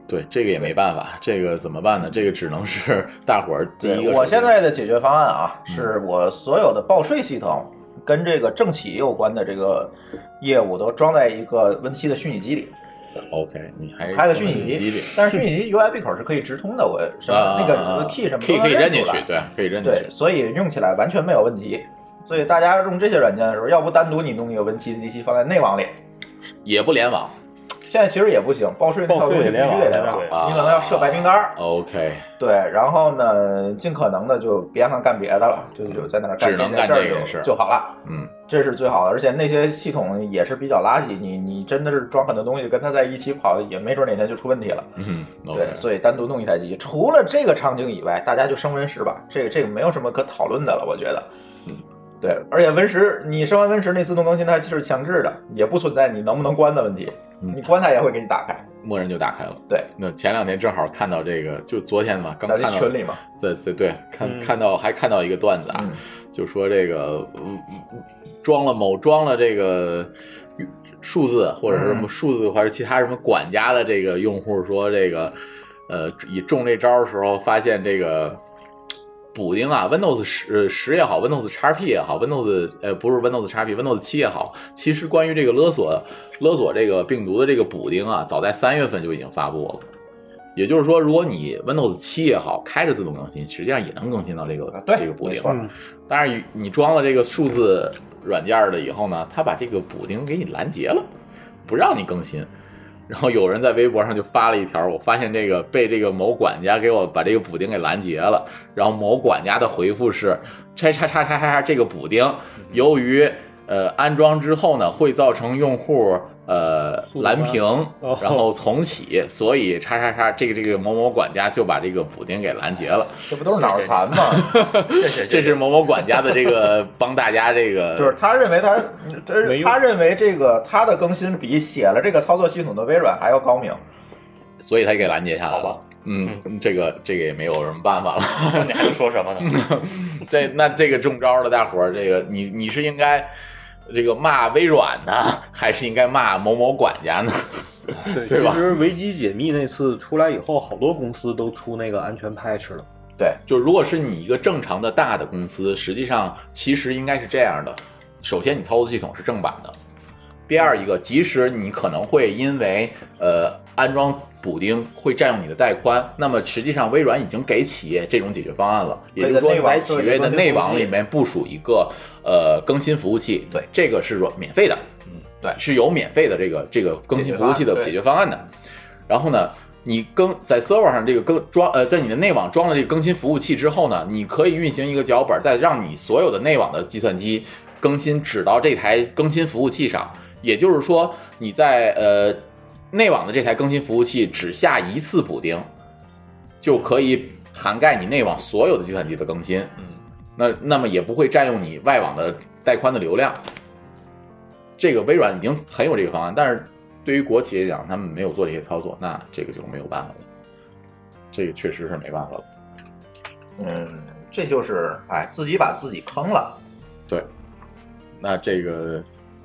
对，这个也没办法，这个怎么办呢？这个只能是大伙儿第一个。 我现在的解决方案啊，嗯、是我所有的报税系统跟这个政企有关的这个业务都装在一个 Win 七的虚拟机里。 OK， 你还开个虚拟机，但是虚拟机 U I 闭口是可以直通的，我什么、啊、那个 key 什么可以可以认进去，对，可以认进去， 对，所以用起来完全没有问题。所以大家用这些软件的时候，要不单独你弄一个 Win 七的机器放在内网里， 也不联网。 现在其实也不行，报税那套东西必须得联网，你可能要设白名单。 OK， 对，然后呢，尽可能的就别让他干别的了，就就在那儿干这件事儿就就好了。 嗯， 这是最好的，而且那些系统也是比较垃圾，你你真的是装很多东西跟它在一起跑，也没准哪天就出问题了。 嗯， okay. 对，所以单独弄一台机，除了这个场景以外，大家就升 Win 十吧，这个这个没有什么可讨论的了，我觉得。嗯。对，而且 Win 十你升完 Win 十那自动更新它是强制的，也不存在你能不能关的问题，嗯、你关它也会给你打开， 默认就打开了。 对， 那前两天正好看到这个，就昨天嘛，刚看到群里嘛， 对对对，看、嗯、看到还看到一个段子啊，嗯、就说这个、嗯、装了某装了这个数字或者是什么数字或者其他什么管家的这个用户说这个呃以中这招的时候发现这个。补丁啊 ，Windows 十十也好 ，Windows X P 也好 ，Windows 呃不是 Windows X P，Windows 七也好，其实关于这个勒索勒索这个病毒的这个补丁啊，早在三月份就已经发布了。也就是说，如果你 Windows 七也好，开着自动更新，实际上也能更新到这个、啊、这个补丁。当然，你装了这个数字软件了以后呢，它把这个补丁给你拦截了，不让你更新。然后有人在微博上就发了一条，我发现这个被这个某管家给我把这个补丁给拦截了。然后某管家的回复是：叉叉叉叉叉这个补丁，由于呃安装之后呢，会造成用户呃蓝屏，然后重启，所以叉叉叉这个这个某某管家就把这个补丁给拦截了。 这不都是脑残吗？ 谢谢，这是某某管家的这个帮大家这个， 就是他认为他他认为这个他的更新比写了这个操作系统的微软还要高明， 所以他给拦截下来了。嗯，这个这个也没有什么办法了。 你还能说什么呢？ 这那这个中招了，大伙儿，这个你你是应该。这个骂微软呢，还是应该骂某某管家呢？ 对， 对吧？ 其实维基解密那次出来以后，好多公司都出那个安全 patch 了。 对，就如果是你一个正常的大的公司，实际上其实应该是这样的：首先，你操作系统是正版的；第二一个，即使你可能会因为呃安装补丁会占用你的带宽，那么实际上微软已经给企业这种解决方案了，也就是说你在企业的内网里面部署一个呃更新服务器， 对， 这个是免费的， 嗯，对， 是有免费的这个这个更新服务器的解决方案的。然后呢，你更在 server 上这个更装呃在你的内网装了这个更新服务器之后呢，你可以运行一个脚本，再让你所有的内网的计算机更新指到这台更新服务器上，也就是说你在呃。内网的这台更新服务器只下一次补丁，就可以涵盖你内网所有的计算机的更新。嗯，那那么也不会占用你外网的带宽的流量。这个微软已经很有这个方案，但是对于国企来讲，他们没有做这些操作，那这个就没有办法了。这个确实是没办法了。 嗯，这就是哎，自己把自己坑了。 对，那这个，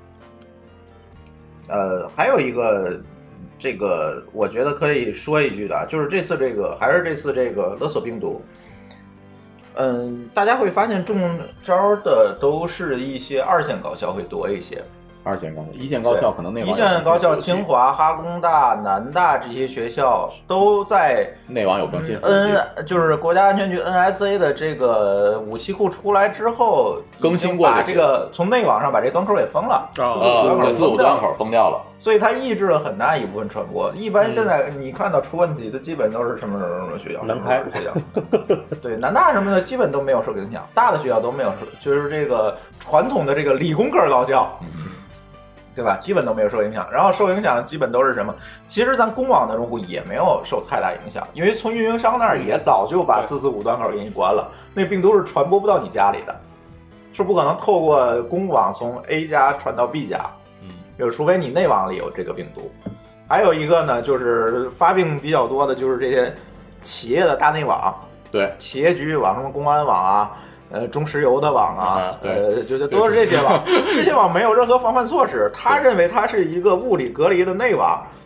呃，还有一个。这个我觉得可以说一句的，就是这次这个还是这次这个勒索病毒，嗯，大家会发现中招的都是一些二线高校会多一些。 二线高校，一线高校可能内网一线高校，清华、哈工大、南大这些学校都在内网有更新服务器。 N 就是国家安全局 N S A 的这个武器库出来之后， 更新过把这个从内网上把这端口给封了， 四五端口封掉了， 所以它抑制了很大一部分传播。一般现在你看到出问题的，基本都是什么什么什么学校， 南开学校，对，南大什么的，基本都没有受影响，大的学校都没有受，就是这个传统的这个理工科高校。嗯，对吧？基本都没有受影响，然后受影响基本都是什么？其实咱公网的用户也没有受太大影响，因为从运营商那儿也早就把四四五端口给你关了，那病毒是传播不到你家里的，是不可能透过公网从 A 家传到 B 家，嗯，就是除非你内网里有这个病毒。还有一个呢，就是发病比较多的就是这些企业的大内网， 对， 企业局域网，什么公安网啊。呃，中石油的网啊，呃，就是都是这些网，这些网没有任何防范措施。他认为它是一个物理隔离的内网，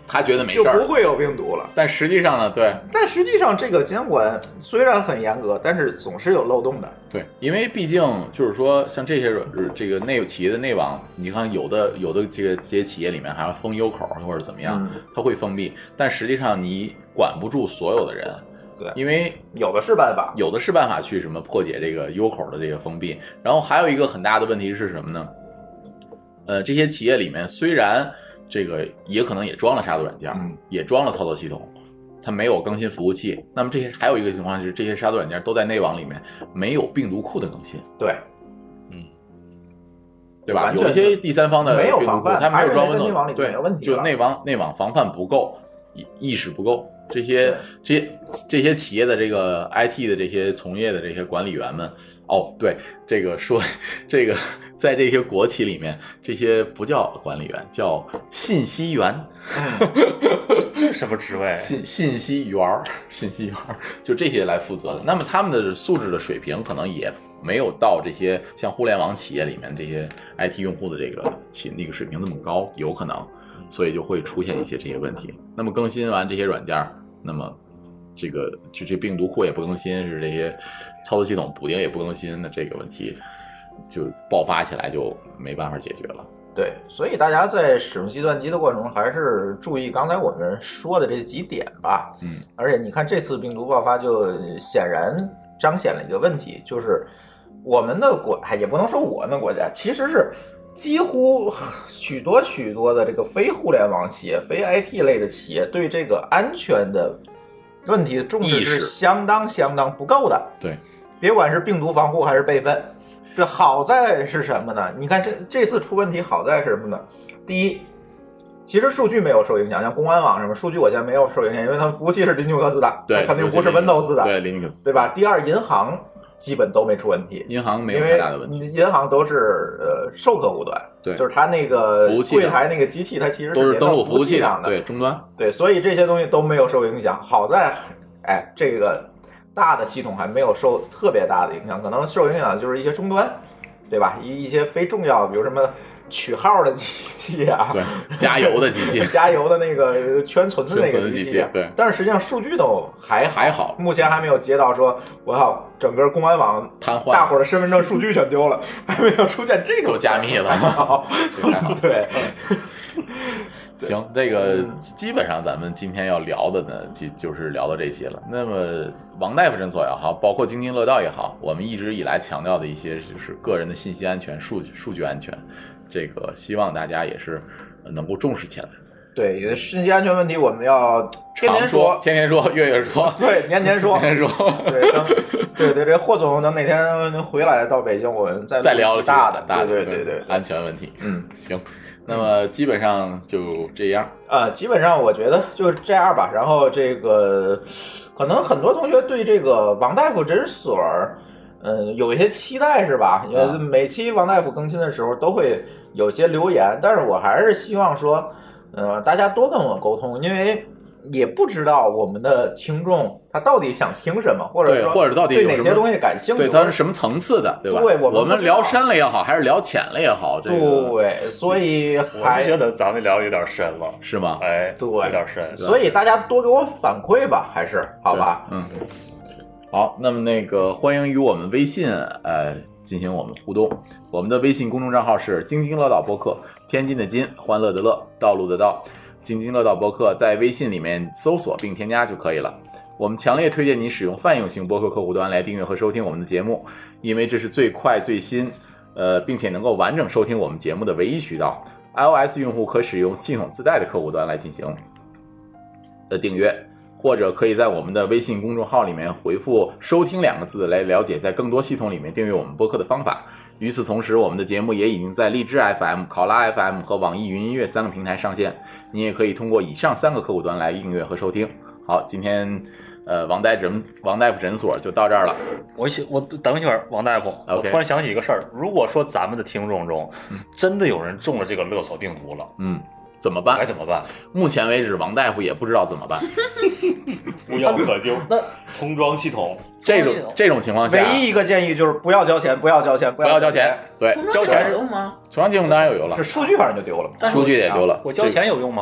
他觉得没事就不会有病毒了。 但实际上呢，对， 但实际上这个监管虽然很严格，但是总是有漏洞的。 对，因为毕竟就是说，像这些这个内企业的内网，你看有的有的这个这些企业里面还要封 U 口或者怎么样， 嗯、 它会封闭，但实际上你管不住所有的人。 对， 因为有的是办法， 有的是办法去什么破解这个 U 口的这个封闭。然后还有一个很大的问题是什么呢？呃，这些企业里面虽然这个也可能也装了杀毒软件， 嗯， 也装了操作系统，它没有更新服务器。那么这些还有一个情况是，这些杀毒软件都在内网里面没有病毒库的更新。 对， 嗯，对吧？有一些第三方的病毒库，它没有装 Windows， 对，就内网内网防范不够，意识不够。这些这些这些企业的这个 I T 的这些从业的这些管理员们，哦，对，这个说这个在这些国企里面，这些不叫管理员，叫信息员。 这是什么职位？ 信信息员，信息员就这些来负责的。那么他们的素质的水平可能也没有到这些像互联网企业里面这些 I T 用户的这个企那个水平那么高，有可能。所以就会出现一些这些问题。那么更新完这些软件，那么这个就这病毒库也不更新，是这些操作系统补丁也不更新，那这个问题就爆发起来就没办法解决了。 对，所以大家在使用计算机的过程中，还是注意刚才我们说的这几点吧。 嗯， 而且你看这次病毒爆发，就显然彰显了一个问题，就是我们的国，也不能说我们的国家，其实是。几乎许多许多的这个非互联网企业、非 I T 类的企业，对这个安全的问题的重视是相当相当不够的。 对， 别管是病毒防护还是备份，这好在是什么呢？你看这这次出问题好在是什么呢？第一，其实数据没有受影响，像公安网什么数据我现在没有受影响，因为他们服务器是 Linux 的， 对， 肯定不是 Windows 的， 对 Linux， 对吧？第二，银行。基本都没出问题， 银行没有太大的问题。 银行都是呃售客户端， 对， 就是它那个柜台那个机器，它其实都是登录服务器上的， 对，终端， 对，所以这些东西都没有受影响。好在，哎，这个大的系统还没有受特别大的影响，可能受影响就是一些终端，对吧？一一些非重要的，比如什么。取号的机器啊， 对，加油的机器， 加油的那个圈存的那个机器， 对。 但是实际上数据都还还好， 目前还没有接到说，我靠，整个公安网瘫痪， 大伙儿的身份证数据全丢了，还没有出现这种都加密了， 还好，对。 行，这个基本上咱们今天要聊的呢，就就是聊到这些了。那么王大夫诊所也好，包括津津乐道也好，我们一直以来强调的一些就是个人的信息安全、数据数据安全。这个希望大家也是能够重视起来。 对，信息安全问题我们要天天说， 天天说，月月说， 对，年年说， 年年说。 对，等对对，这霍总等哪天回来到北京，我们再再聊大的， 大的， 对对对对， 安全问题。 嗯， 行，那么基本上就这样。 呃，基本上我觉得就是这样吧。然后这个可能很多同学对这个王大夫诊所。嗯，有一些期待是吧？因为每期王大夫更新的时候都会有些留言，但是我还是希望说，呃，大家多跟我沟通，因为也不知道我们的听众他到底想听什么，或者说或者到底对哪些东西感兴趣， 对他是什么层次的，对吧？ 对， 我们我们聊深了也好，还是聊浅了也好，这个对，所以还觉得咱们聊有点深了， 是吗？ 哎， 对， 有点深， 所以大家多给我反馈吧，还是好吧？ 嗯。好，那么那个欢迎与我们微信呃进行我们互动，我们的微信公众账号是津津乐道播客，天津的津，欢乐的乐，道路的道，津津乐道播客，在微信里面搜索并添加就可以了。我们强烈推荐您使用泛用型播客客户端来订阅和收听我们的节目，因为这是最快最新呃并且能够完整收听我们节目的唯一渠道。iOS 用户可使用系统自带的客户端来进行的订阅，或者可以在我们的微信公众号里面回复收听两个字来了解在更多系统里面订阅我们播客的方法。与此同时，我们的节目也已经在荔枝 F M、考拉 F M 和网易云音乐三个平台上线，你也可以通过以上三个客户端来订阅和收听。好，今天呃王大诊王大夫诊所就到这儿了。 我我等一会儿，王大夫， okay. 我突然想起一个事儿，如果说咱们的听众中真的有人中了这个勒索病毒了， 嗯。怎么办？ 该怎么办？ 目前为止，王大夫也不知道怎么办。 无药可救。那重装系统， 这种这种情况下， 唯一一个建议就是不要交钱，不要交钱， 不要交钱。对， 交钱有用吗？ 重装系统当然有用了， 是数据反正就丢了， 数据也丢了。 我交钱有用吗？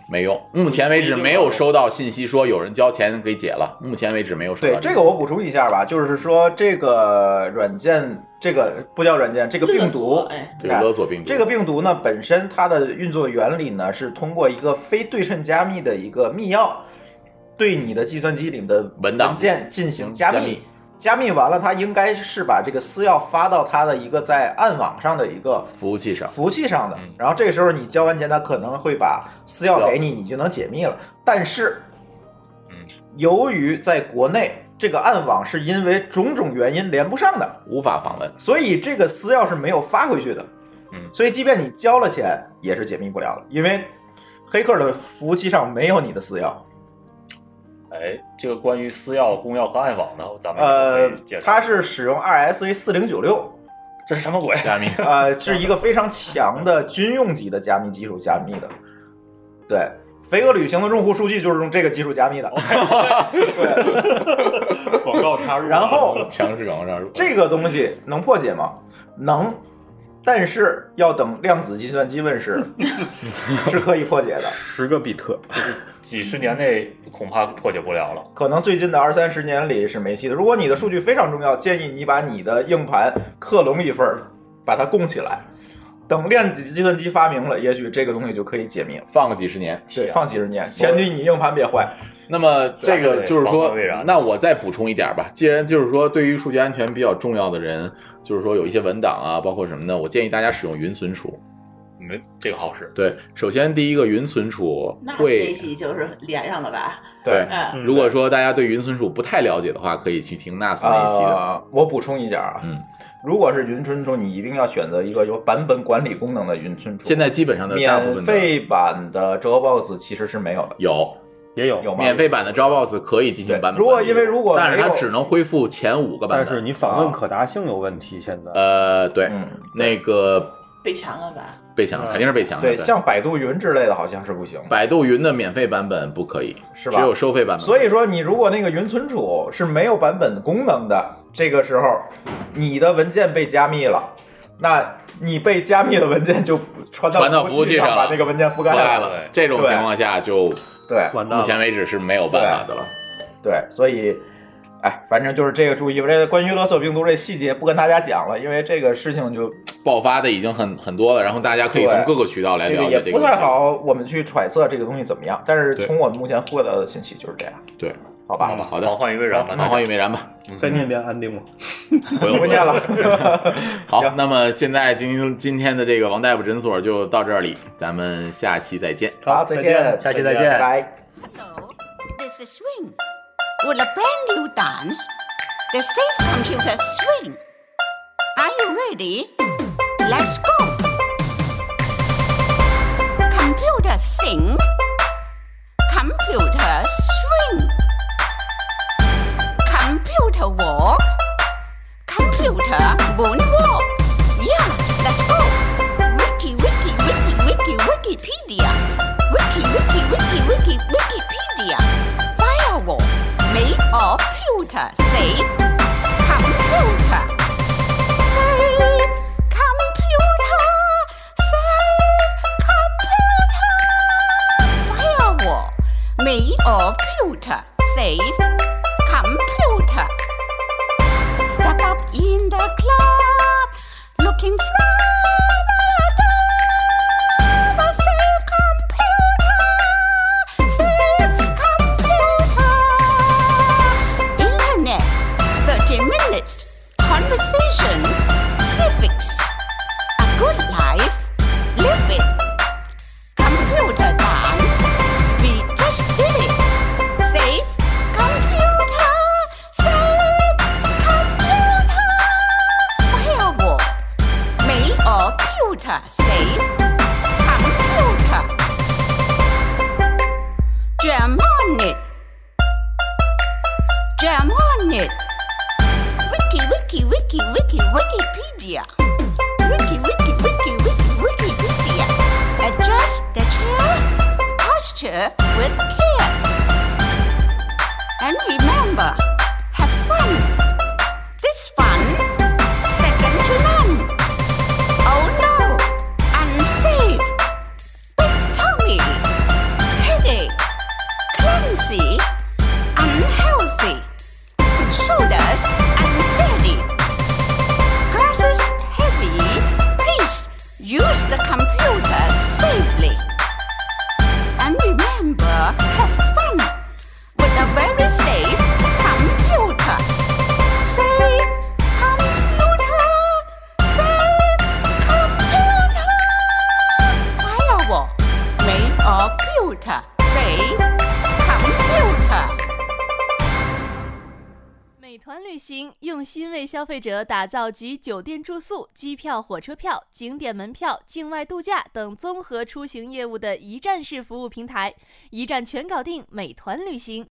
没用。目前为止没有收到信息说有人交钱给解了，目前为止没有收到。 对，这个我补充一下吧，就是说这个软件，这个不叫软件，这个病毒， 这个勒索病毒， 这个病毒呢本身它的运作原理呢是通过一个非对称加密的一个密钥，对你的计算机里的文件进行加密。加密完了，它应该是把这个私钥发到它的一个在暗网上的一个服务器上， 服务器上的。然后这个时候你交完钱，它可能会把私钥给你，你就能解密了。但是，由于在国内这个暗网是因为种种原因连不上的， 无法访问， 所以这个私钥是没有发回去的。 嗯， 所以即便你交了钱，也是解密不了的，因为黑客的服务器上没有你的私钥。 哎，这个关于私钥、公钥和暗网呢，咱们呃，它是使用 R S A 四零九六， 这是什么鬼？ 加密？ 呃，是一个非常强的军用级的加密技术加密的。对，飞鸽旅行的用户数据就是用这个技术加密的。 对，广告插入。 然后强势广告插入， 这个东西能破解吗？能。但是要等量子计算机问世，是可以破解的。 十个比特， 就是几十年内恐怕破解不了了。 可能最近的二三十年里是没戏的。如果你的数据非常重要，建议你把你的硬盘克隆一份，把它供起来。等量子计算机发明了，也许这个东西就可以解密了。 放个几十年， 对，放几十年，前提你硬盘别坏。 那么这个就是说，那我再补充一点吧。既然就是说，对于数据安全比较重要的人，就是说有一些文档啊，包括什么呢？我建议大家使用云存储。 嗯，这个好使。 对，首先第一个云存储会， 那 Stacy 就是连上了吧？ 对， 嗯、 如果说大家对云存储不太了解的话，可以去听 N A S 那一期的。 呃、我补充一下啊， 嗯。 如果是云存储，你一定要选择一个有版本管理功能的云存储。 现在基本上的大部分的免费版的 Dropbox 其实是没有的， 有也有有免费版的 Dropbox 可以进行版本管理。 如果因为如果但是它只能恢复前五个版本， 但是你访问可达性有问题。现在呃，对， 嗯、 那个被强了吧？ 被强了，肯定是被强的。 对，像百度云之类的好像是不行。 百度云的免费版本不可以， 是吧？ 只有收费版本。 所以说，你如果那个云存储是没有版本功能的，这个时候你的文件被加密了，那你被加密的文件就传到传到服务器上， 把那个文件覆盖了。这种情况下就对， 目前为止是没有办法的了。 对，所以。哎，反正就是这个注意，这个关于勒索病毒这细节不跟大家讲了，因为这个事情就爆发的已经很很多了，然后大家可以从各个渠道来了解这个。 也不太好，我们去揣测这个东西怎么样，但是从我们目前获得的信息就是这样。 对， 好吧， 好吧，好的， 防患于未然吧， 防患于未然吧。 再念一遍安定吗？ 不用不念了。 好，那么现在今今天的这个王大夫诊所就到这里，咱们下期再见。 好，再见， 下期再见， 拜拜。 Hello, this is Swing. With a brand new dance, the Safe Computer Swing. Are you ready? Let's go. Computer sing. Computer swing. Computer walk. Computer moonwalk. Yeah, let's go. Wiki, wiki, wiki, wiki, Wikipedia. Wiki, wiki, wiki, wiki, Wikipedia. Firewall. Made of pewter, safe computer. Safe computer, safe computer. Firewall made of pewter, safe computer. Step up in the club, looking from above. Safe computer, safe computer. Internet, thirty minutes, conversation, civics, a good life, live it. Computer dance, we just did it. Safe computer, safe computer. Firewall, made of pewter, safe computer. Jam on it. Jam on it. Wiki, wiki, wiki, wiki, Wikipedia. Wiki, wiki, wiki, wiki, Wikipedia. Adjust the chair posture with care. And remember, have fun. This fun, second to none. Oh no, unsafe. Big Tommy, fancy, unhealthy, sodas unsteady, glasses heavy, please use the computer safely. And remember, have fun with a very safe computer. Safe computer, safe computer. Firewall made of pewter, safe computer. 美团旅行用心为消费者打造集酒店住宿、机票、火车票、景点门票、境外度假等综合出行业务的一站式服务平台，一站全搞定。美团旅行